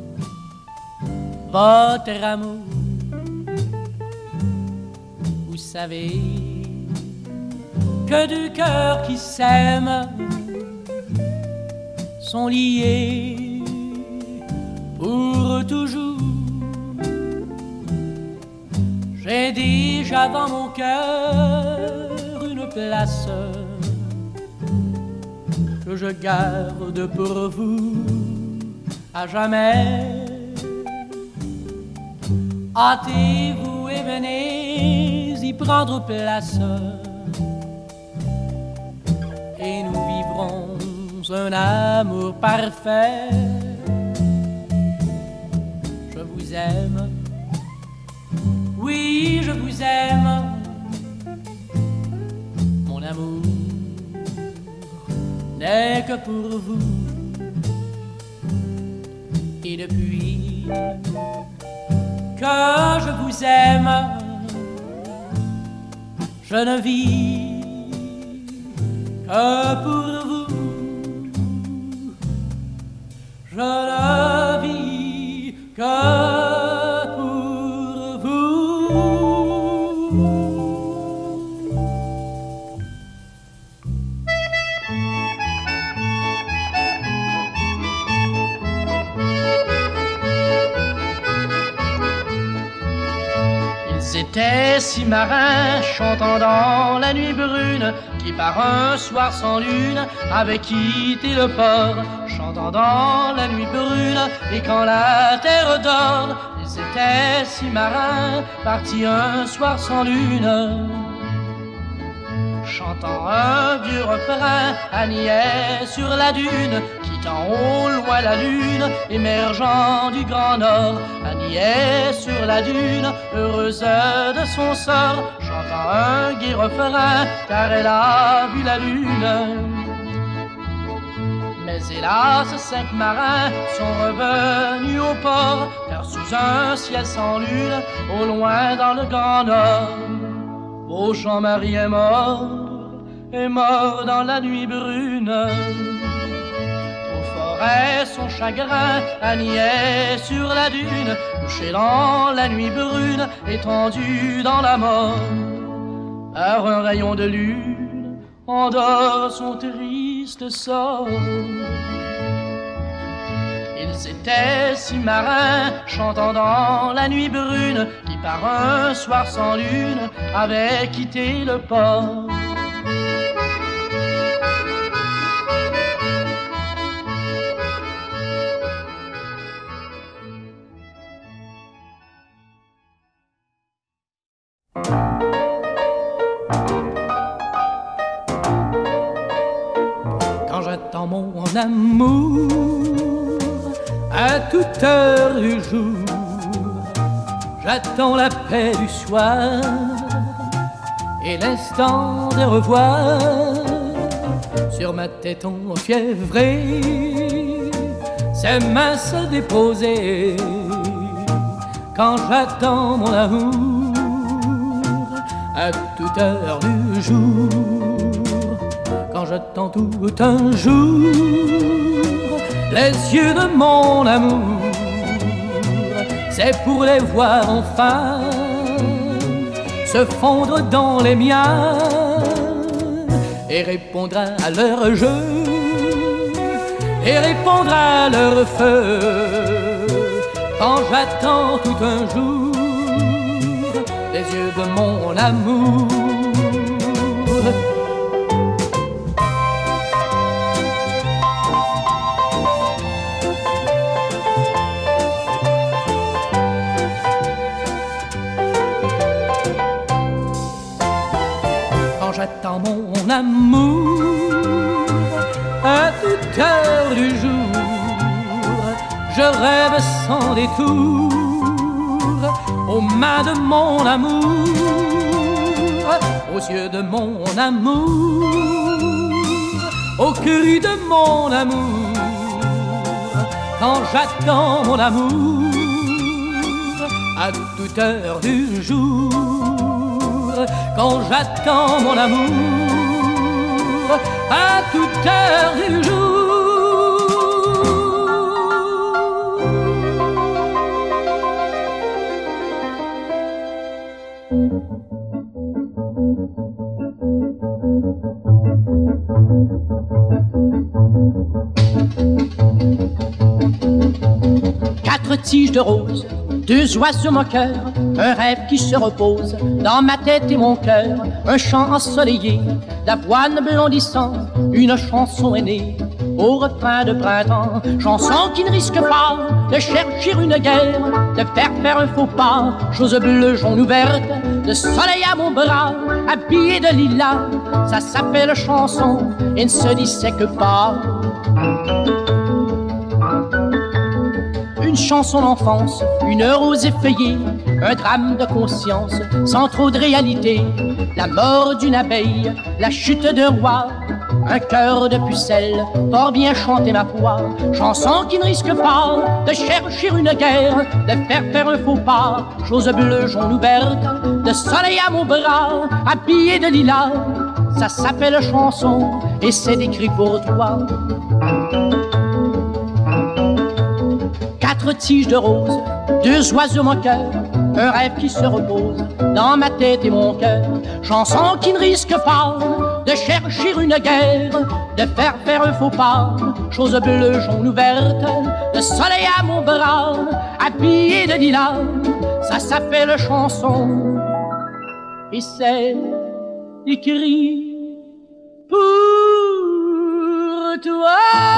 votre amour. Vous savez que deux cœurs qui s'aiment sont liés pour toujours. J'ai déjà dans mon cœur une place que je garde pour vous à jamais. Hâtez-vous et venez y prendre place. Et nous vivrons un amour parfait. Je vous aime, oui, je vous aime, mon amour n'est que pour vous. Et depuis que je vous aime, je ne vis que pour vous. Je ne vis que pour vous. Ils étaient six marins chantant dans la nuit brune, qui par un soir sans lune avait quitté le port, chantant dans la nuit brune. Et quand la terre dort, ils étaient six marins partis un soir sans lune, chantant un vieux refrain à niais sur la dune, quittant au loin la lune, émergeant du grand nord, à niais sur la dune, heureuse de son sort, chantant un gai refrain, car elle a vu la lune. Mais hélas, cinq marins sont revenus au port, car sous un ciel sans lune, au loin dans le grand nord, Beauchamp-Marie est mort dans la nuit brune. Au forêt son chagrin, à niais sur la dune, couché dans la nuit brune, étendu dans la mort, par un rayon de lune, endort son triste sort. Ils étaient six marins chantant dans la nuit brune, qui par un soir sans lune avaient quitté le port. Quand j'attends mon amour à toute heure du jour, j'attends la paix du soir et l'instant de revoir sur ma tête enfiévrée, ses mains se déposer. Quand j'attends mon amour à toute heure du jour, quand j'attends tout un jour les yeux de mon amour, c'est pour les voir enfin se fondre dans les miens et répondre à leur jeu et répondre à leur feu. Quand j'attends tout un jour les yeux de mon amour, j'attends mon amour à toute heure du jour, je rêve sans détour aux mains de mon amour, aux yeux de mon amour, au cri de mon amour. Quand j'attends mon amour à toute heure du jour, quand j'attends mon amour à toute heure du jour. Quatre tiges de rose, deux oies sur mon cœur, un rêve qui se repose dans ma tête et mon cœur, un chant ensoleillé, d'avoine blondissant, une chanson est née au refrain de printemps. Chanson qui ne risque pas de chercher une guerre, de faire un faux pas, chose bleue, jaune ou verte, de soleil à mon bras, habillé de lilas. Ça s'appelle chanson et ne se dissèque pas. Une chanson d'enfance, une rose effeuillée, un drame de conscience, sans trop de réalité. La mort d'une abeille, la chute d'un roi, un cœur de pucelle, fort bien chanté ma foi. Chanson qui ne risque pas de chercher une guerre, de faire un faux pas, chose bleue, jaune ou verte, de soleil à mon bras, habillé de lilas. Ça s'appelle chanson et c'est écrit pour toi. 4 tiges de rose, 2 oiseaux moqueurs, un rêve qui se repose dans ma tête et mon cœur. Chanson qui ne risque pas de chercher une guerre, de faire un faux pas, chose bleue, jaune ou verte, de soleil à mon bras, habillé de lilas. Ça s'appelle chanson et c'est écrit pour toi.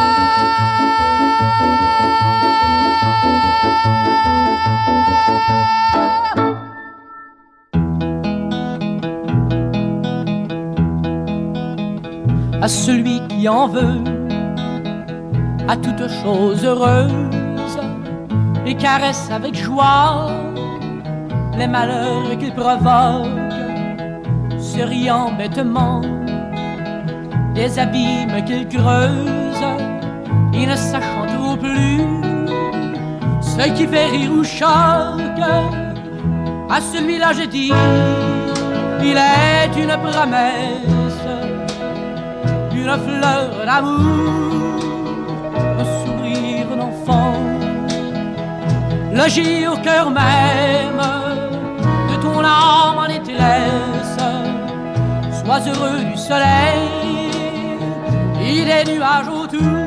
À celui qui en veut, à toute chose heureuse, et caresse avec joie les malheurs qu'il provoque, se riant bêtement des abîmes qu'il creuse, et ne sachant trop plus ce qui fait rire ou choque. À celui-là je dis, il est une promesse, une fleur d'amour, un sourire d'enfant, logé au cœur même de ton âme en détresse. Sois heureux du soleil et des nuages autour.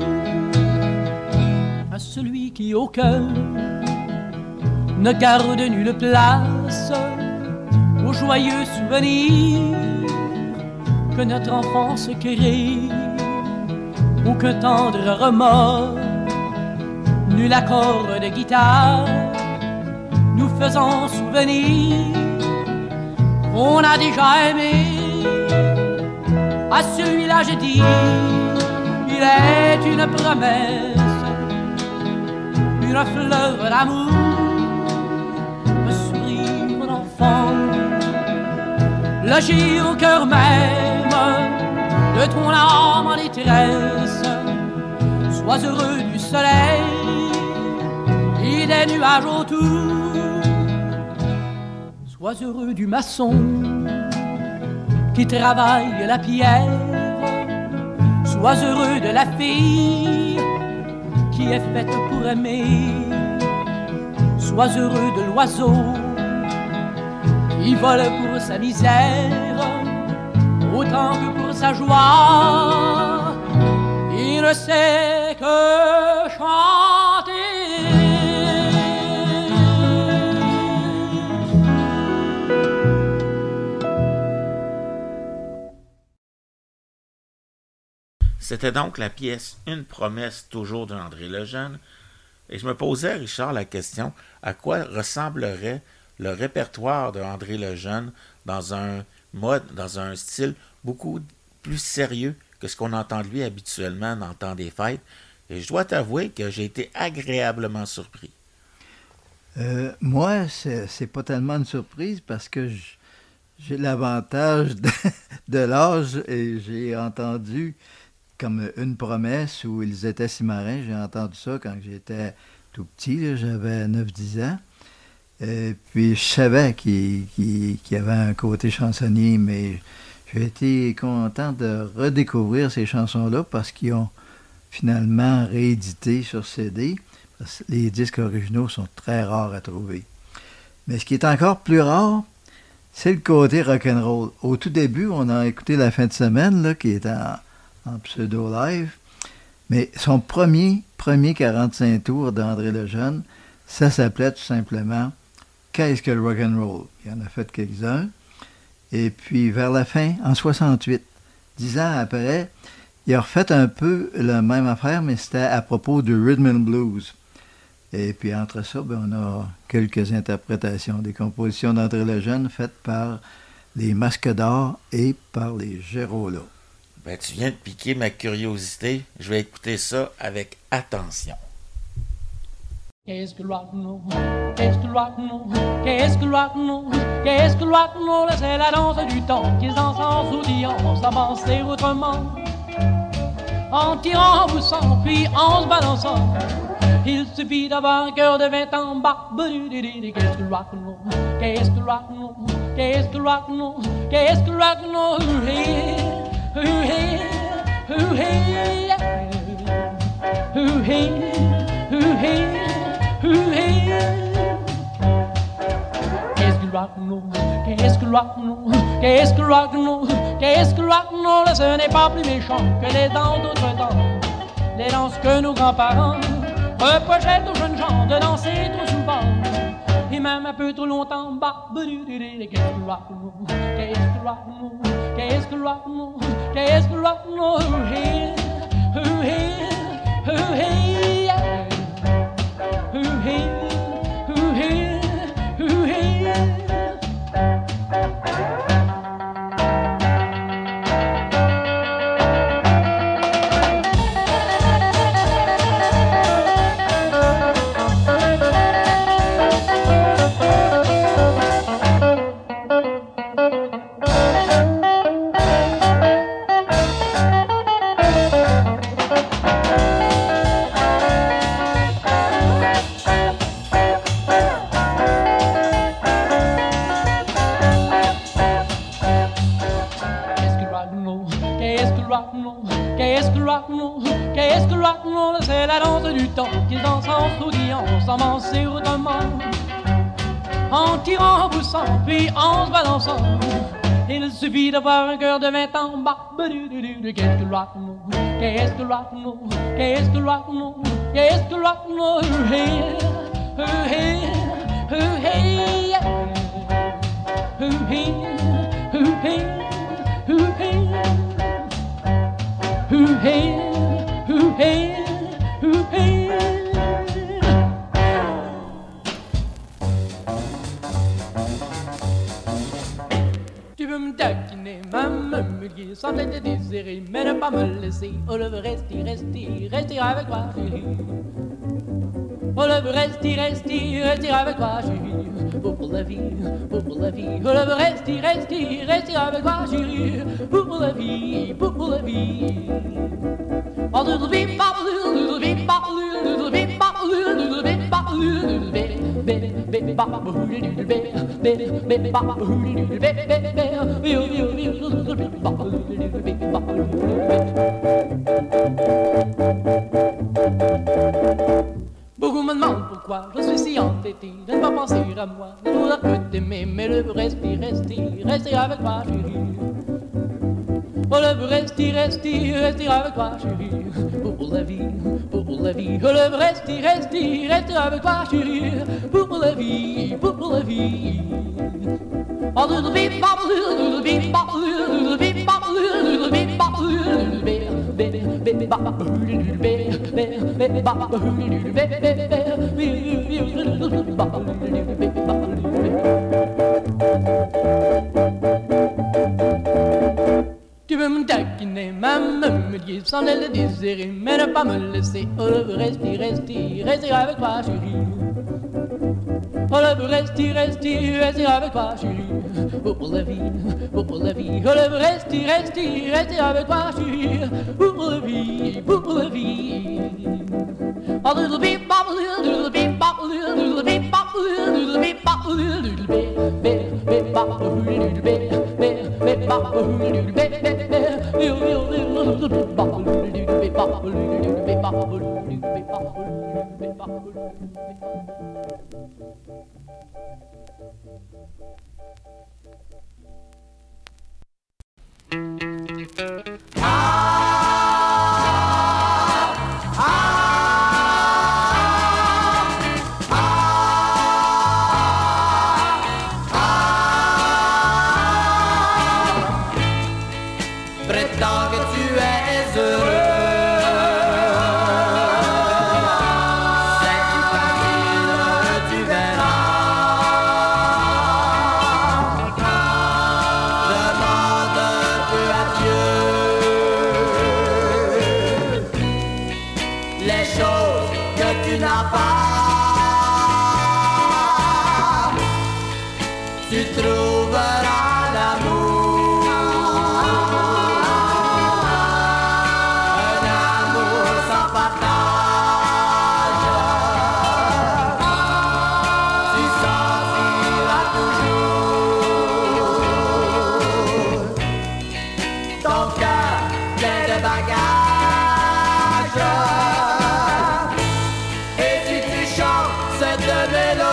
À celui qui au cœur ne garde nulle place, aux joyeux souvenirs que notre enfance crée, ou qu'un tendre remords, nul accord de guitare, nous faisant souvenir qu'on a déjà aimé. À celui-là je dis, il est une promesse, une fleur d'amour, un sourire d'enfant, logé au cœur même de ton âme en détresse. Sois heureux du soleil et des nuages autour. Sois heureux du maçon qui travaille la pierre. Sois heureux de la fille qui est faite pour aimer. Sois heureux de l'oiseau qui vole pour sa misère autant que pour sa joie. Il ne sait que chanter. C'était donc la pièce Une promesse, toujours de André Lejeune. Et je me posais, Richard, la question, à quoi ressemblerait le répertoire de André Lejeune dans un style beaucoup plus sérieux que ce qu'on entend de lui habituellement dans le temps des fêtes. Et je dois t'avouer que j'ai été agréablement surpris. Moi, c'est pas tellement une surprise parce que j'ai l'avantage de l'âge et j'ai entendu comme Une promesse où ils étaient si marins. J'ai entendu ça quand j'étais tout petit, là, j'avais 9-10 ans. Et puis je savais qu'il y avait un côté chansonnier, mais j'ai été content de redécouvrir ces chansons-là parce qu'ils ont finalement réédité sur CD. Parce que les disques originaux sont très rares à trouver. Mais ce qui est encore plus rare, c'est le côté rock'n'roll. Au tout début, on a écouté La fin de semaine, là, qui est en pseudo-live. Mais son premier 45 tours d'André Lejeune, ça s'appelait tout simplement « Qu'est-ce que le rock'n'roll ?» Il en a fait quelques-uns. Et puis, vers la fin, en 68, 10 ans après, Il a refait un peu la même affaire, mais c'était à propos du rhythm and blues. Et puis entre ça, on a quelques interprétations des compositions d'André Lejeune faites par les Masques d'Or et par les Gérola. Ben, tu viens de piquer ma curiosité. Je vais écouter ça avec attention. Qu'est-ce que le rock'n'roll? Qu'est-ce que le rock'n'roll? Qu'est-ce que le rock'n'roll? Qu'est-ce que le rock'n'roll? C'est la danse du temps qui dansent en souriant, s'avancer autrement. En tirant, en poussant, puis en se balançant. Il suffit d'avoir un cœur de 20 ans. Qu'est-ce que le rock'n'roll? Qu'est-ce que le rock'n'roll? Qu'est-ce que le rock'n'roll? Qu'est-ce que le rock'n'roll? Qu'est-ce que le rock'n'roll? Qu'est-ce que le rock'n'roll? Qu'est-ce que le rock'n'roll? Qu'est-ce que le rock'n'roll? Ce n'est pas plus méchant que les danses d'autre temps, les danses que nos grands-parents reprochaient aux jeunes gens de danser trop souvent et même un peu trop longtemps. Qu'est-ce que le rock'n'roll? Qu'est-ce que le rock'n'roll? Qu'est-ce que le rock'n'roll? Qu'est-ce que le rock'n'roll? C'est la danse du temps qui danse en souriant, sans mencer autrement. En tirant, en poussant, puis en se balançant. Il suffit d'avoir un cœur de 20 ans. Qu'est-ce que le rock'n'roll? Qu'est-ce que le rock'n'roll? Qu'est-ce que le rock'n'roll? Qu'est-ce que le rock'n'roll? Tu veux me taquiner, m'amulguer, sans te désirer, mais ne pas me laisser. Oh, le rester, rester avec toi, chérie. Oh, le rester, rester avec toi, chérie. Pour la vie, pour la vie. Oh, le rester, rester avec toi, chérie. Pour la vie, pour la vie. Oh, little bit, bop, little bit, bop, little bit, bop, little bit, bop, little bit, baby, bop, little bit, baby, bop, little bit, Beaucoup me demandent pourquoi je suis si entêté de ne pas penser à moi, de vouloir que t'aimer, mais le rester, rester avec moi, chérie. Oh, le rester avec toi, chérie. Pour la vie, pour la vie. Oh, le rester avec toi, chérie. Pour la vie, pour la vie. Oh, little bit bop, little bit bop, little bit bop, little bit bop, little bit, baby bop, little bit, baby bop, little bit, Tu veux me taquiner, m'amulguer, sans le désirer, mais ne pas me laisser. Oh, le rester avec toi, chérie. Oh, le rester avec toi, chérie. Pour la vie, pour la vie. Oh, le rester avec toi, chérie. Pour la vie, pour la vie. Oh, little bit bop, little bit bop, little bit bop, little bit bop, little bit, baby bop, little bit, baby bop, little bit,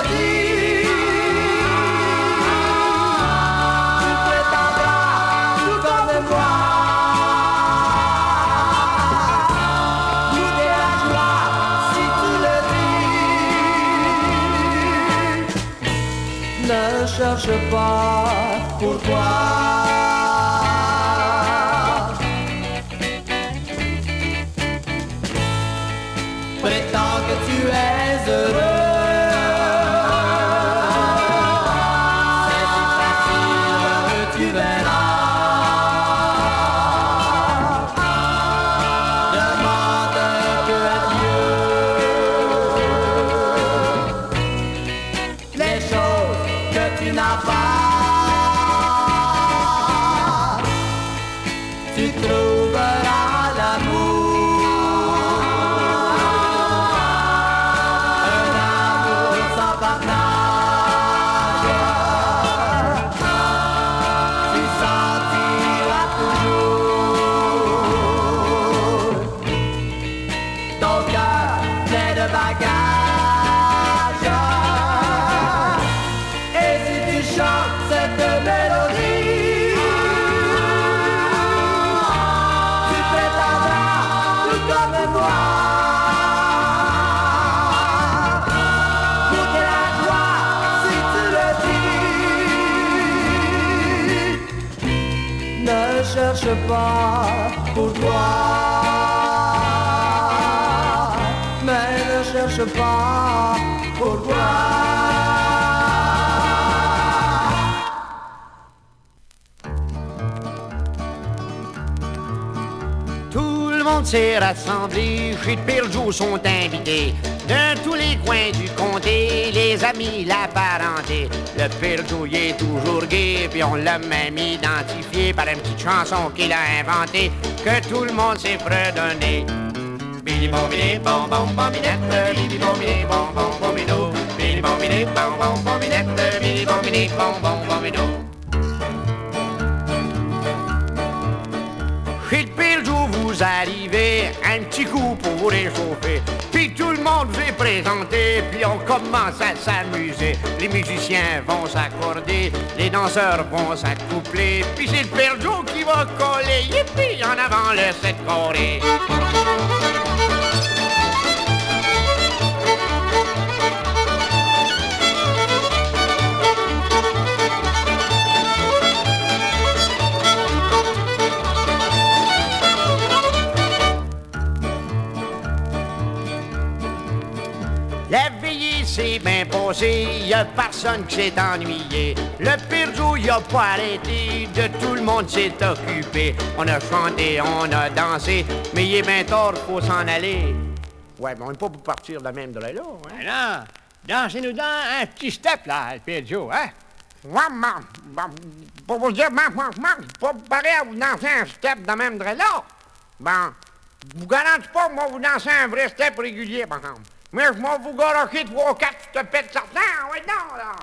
mélodie. Tu prétendras tout comme moi goûter la joie si tu le dis. Ne cherche pas pourquoi. Prétends que tu es heureux. C'est si facile, tu verras. Demande que à Dieu les choses que tu n'as pas. Tu trouveras l'amour. Cherche pas pourquoi, mais ne cherche pas pourquoi. Tout le monde s'est rassemblé, chez Pirjo sont invités. De tous les coins du comté, les amis, la parenté. Le Pirjo y est toujours gai, puis on l'a même identifié par une petite chanson qu'il a inventée, que tout le monde s'est fredonné. Bidi bon bidi bon bon bon bidette, bidi bon bidi bon bon bon bido, bidi bon bidi bon bon bon bidette, bidi bon bidi bon bon bon bido. Chez le Pirjo vous arrivez, un petit coup pour vous réchauffer. Puis tout le monde vous est présenté, puis on commence à s'amuser. Les musiciens vont s'accorder, les danseurs vont s'accoupler, puis c'est le Pirjo qui va coller, yippie, en avant le 7 coré. La veillée s'est bien passée, y'a personne qui s'est ennuyé. Le Pirjo y a pas arrêté, de tout le monde s'est occupé. On a chanté, on a dansé, mais il est bien tard, faut s'en aller. Ouais, mais on n'est pas pour partir de la même droite là, hein? Mais non, dansez-nous dans un petit step, là, le Pirjo, hein? Ouais, pour vous dire, pas pareil à vous danser un step de la même droite là. Bon, vous garantissez pas, moi, vous dansez un vrai step régulier, par exemple. Mais je m'en vous garocher 3 ou 4, je te pète certains, ouais, non, là!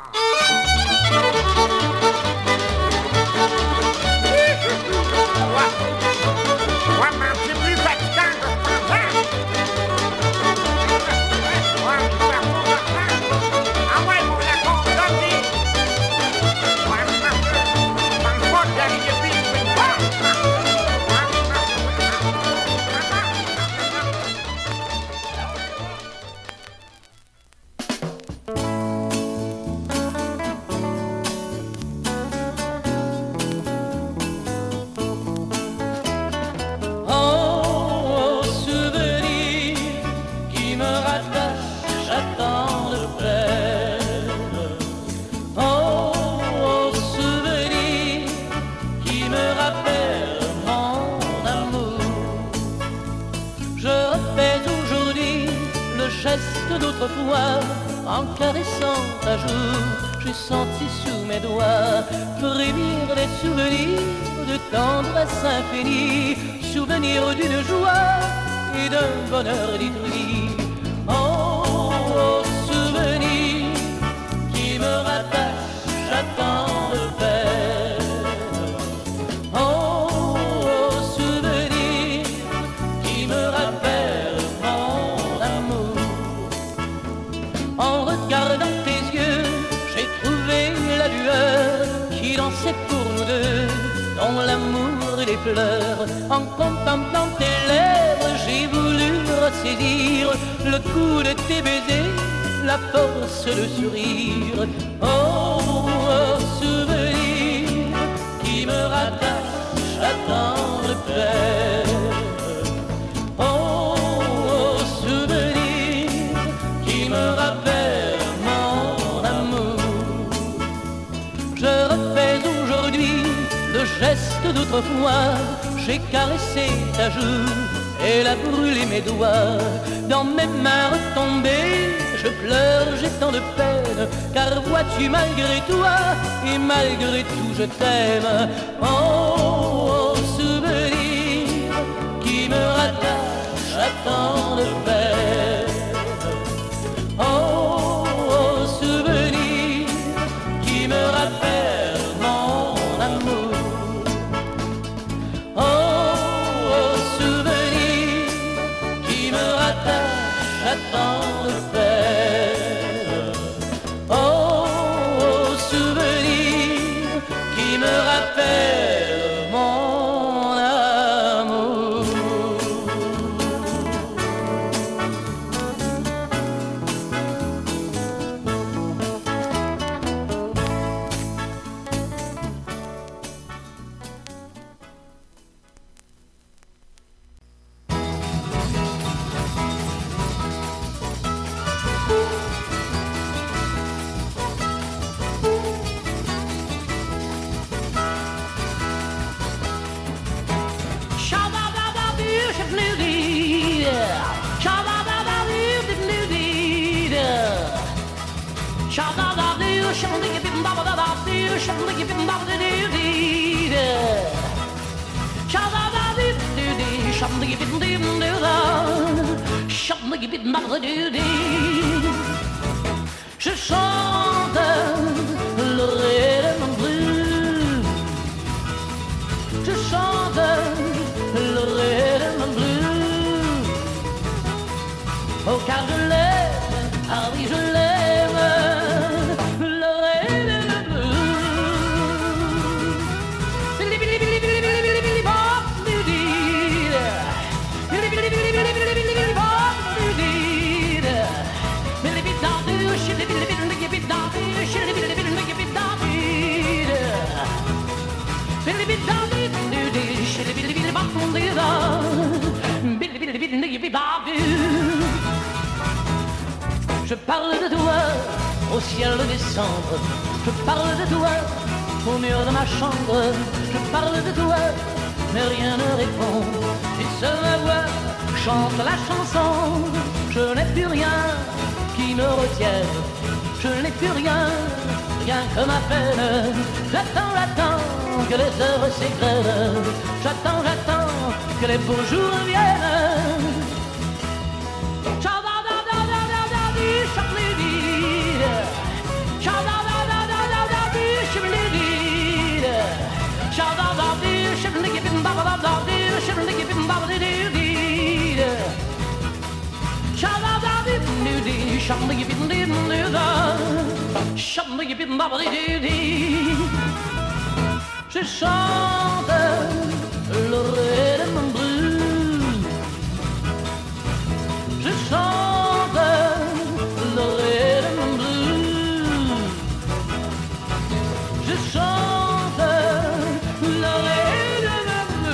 Ouais, mais c'est plus fatigant que je pensais! Ouais, je vais faire ça. Ah ouais, mon d'accord, donne-les! Ouais, je pense pas que j'arrive plus une fois! D'autrefois, en caressant ta joue, j'ai senti sous mes doigts frémir les souvenirs de tendresse infinie, souvenirs d'une joie et d'un bonheur détruit. Oh, souvenir qui me rattache à tant de peine. Oh, souvenir qui me rappelle mon amour. En regardant tes pleurs. En contemplant tes lèvres, j'ai voulu ressaisir le goût de tes baisers, la force, le sourire. Oh, souvenir qui me rattache à tant de peine. Oh, souvenir qui me rappelle mon amour. Je refais aujourd'hui le geste d'autrefois. J'ai caressé ta joue, elle a brûlé mes doigts. Dans mes mains retombées, je pleure, j'ai tant de peine. Car vois-tu, malgré toi, et malgré tout, je t'aime. Oh, souvenir qui me rattache à tant de peine. Oh, souvenir qui me rappelle mon amour. Oh, souvenir qui me rattache à tant de peine. Oh, souvenir qui me rappelle mon amour. Je chante le rythme blues. Je chante le rythme blues. Oh, car je l'aime, ah oui, je l'aime, le rythme blues. Billy, billy, billy, billy, billy, billy, billy, bop, billy. Billy, billy, billy, billy, billy, billy, billy, bop, billy. Billy, billy, da, do, shilly, billy, billy, billy, billy, da, do, shilly, billy, billy, billy, billy, da, do. Billy, billy, da, do, do, do, shilly, billy, billy, bop, billy, da. Billy, billy, billy, billy, billy, da, do. Je parle de toi au ciel de décembre. Je parle de toi au mur de ma chambre. Je parle de toi, mais rien ne répond. Et seule ma voix chante la chanson. Je n'ai plus rien qui me retienne. Je n'ai plus rien, rien que ma peine. J'attends, j'attends que les heures s'égrènent. J'attends, j'attends que les beaux jours viennent. Je chante le rythme blues. Je chante le rythme blues. Je chante le rythme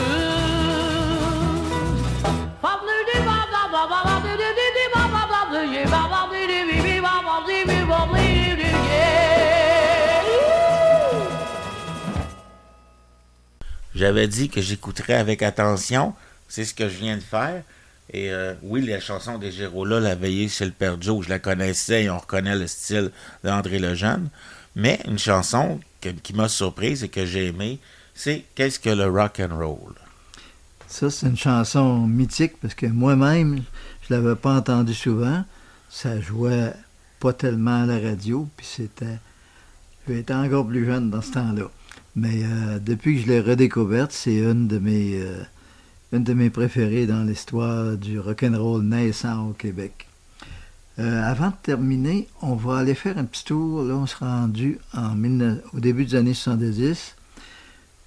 J'avais dit que j'écouterais avec attention. C'est ce que je viens de faire. Et oui, la chanson des Gérola, La veillée chez le Père Joe, je la connaissais et on reconnaît le style d'André Lejeune. Mais une chanson qui m'a surprise et que j'ai aimée, c'est « Qu'est-ce que le rock and roll ». Ça, c'est une chanson mythique parce que moi-même, je l'avais pas entendue souvent. Ça jouait pas tellement à la radio, puis j'étais encore plus jeune dans ce temps-là. Mais depuis que je l'ai redécouverte, c'est une de mes préférées dans l'histoire du rock'n'roll naissant au Québec. Avant de terminer, on va aller faire un petit tour. Là, on sera rendu au début des années 70.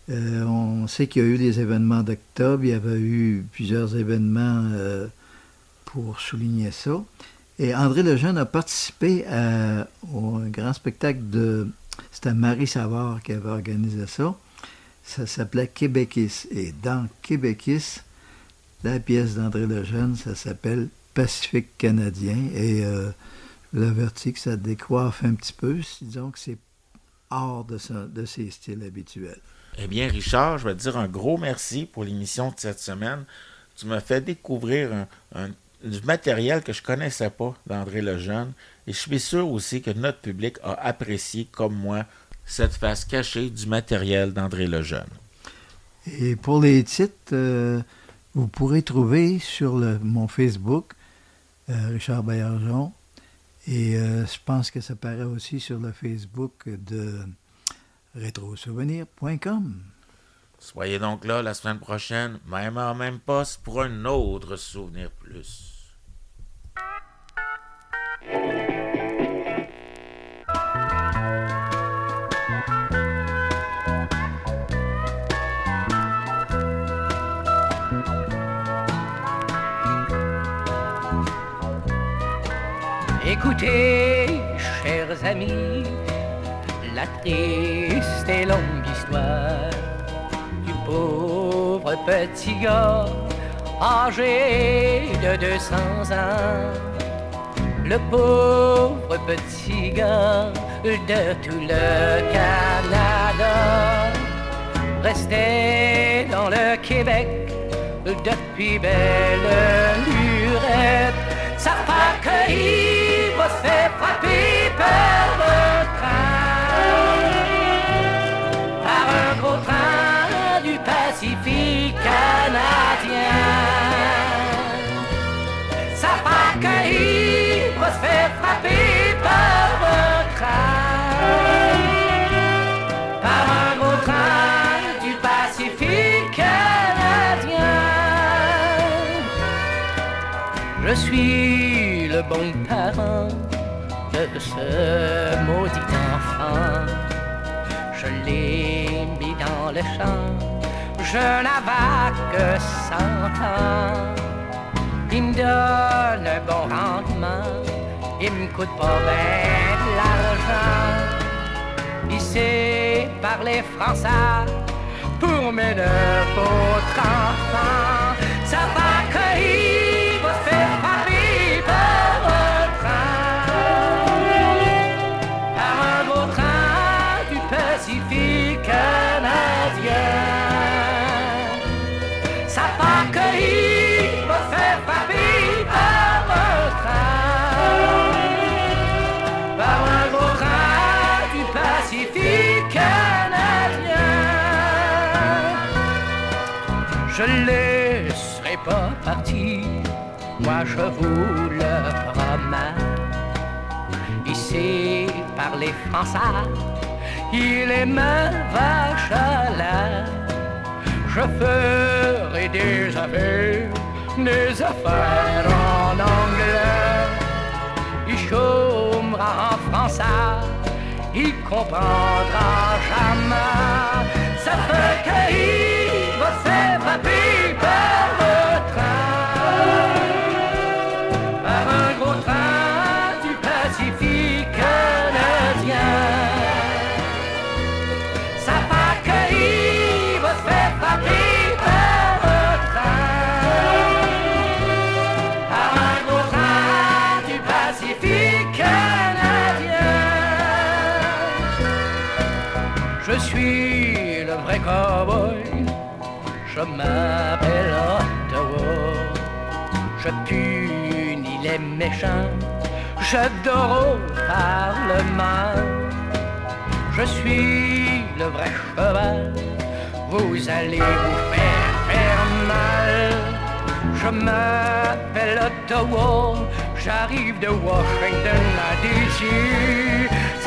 On sait qu'il y a eu des événements d'octobre, il y avait eu plusieurs événements pour souligner ça. Et André Lejeune a participé au grand spectacle c'était Marie Savard qui avait organisé ça. Ça s'appelait Québékis. Et dans Québékis, la pièce d'André Lejeune, ça s'appelle Pacifique canadien. Et je vous avertis que ça décoiffe un petit peu. Disons que c'est hors de ses styles habituels. Eh bien, Richard, je vais te dire un gros merci pour l'émission de cette semaine. Tu m'as fait découvrir du matériel que je ne connaissais pas d'André Lejeune. Et je suis sûr aussi que notre public a apprécié, comme moi, cette face cachée du matériel d'André Lejeune. Et pour les titres, vous pourrez trouver sur mon Facebook, Richard Baillargeon. Et je pense que ça paraît aussi sur le Facebook de rétrosouvenir.com. Soyez donc là la semaine prochaine, même heure, même poste, pour un autre Souvenir Plus. Écoutez, chers amis, la triste et longue histoire du pauvre petit gars âgé de 200 ans. Le pauvre petit gars de tout le Canada restait dans le Québec depuis belle lurette. Sa fac ivre s'est frappée par le train, par un gros train du Pacifique canadien. Sa fac ivre s'est frappée par un train, par un gros train du Pacifique canadien. Je suis le bon parent de ce maudit enfant. Je l'ai mis dans le champ, je n'avais que 100 ans. Il me donne un bon rendement, il me coûte pas bien de l'argent. Il sait parler français pour mes 9 autres enfants. Ça va cueillir, va faire frapper par un train, par un beau train du Pacifique canadien. Ça va cueillir, va faire frapper par un train, par un beau train du Pacifique canadien. Je laisserai pas partir, moi je vous le promets. Il sait parler français, il aime vache à lait. Je ferai des affaires en anglais. Il chômera en français, il comprendra jamais. Ça fait qu'il va se faire frapper par le train, par un gros train du Pacifique canadien. Ça fait qu'il va se faire frapper par le train, par un gros train du Pacifique canadien. Je suis le vrai cowboy, je m'appelle Ottawa. Je punis les méchants, je dors au Parlement. Je suis le vrai cheval, vous allez vous faire mal. Je m'appelle Ottawa, j'arrive de Washington à DC.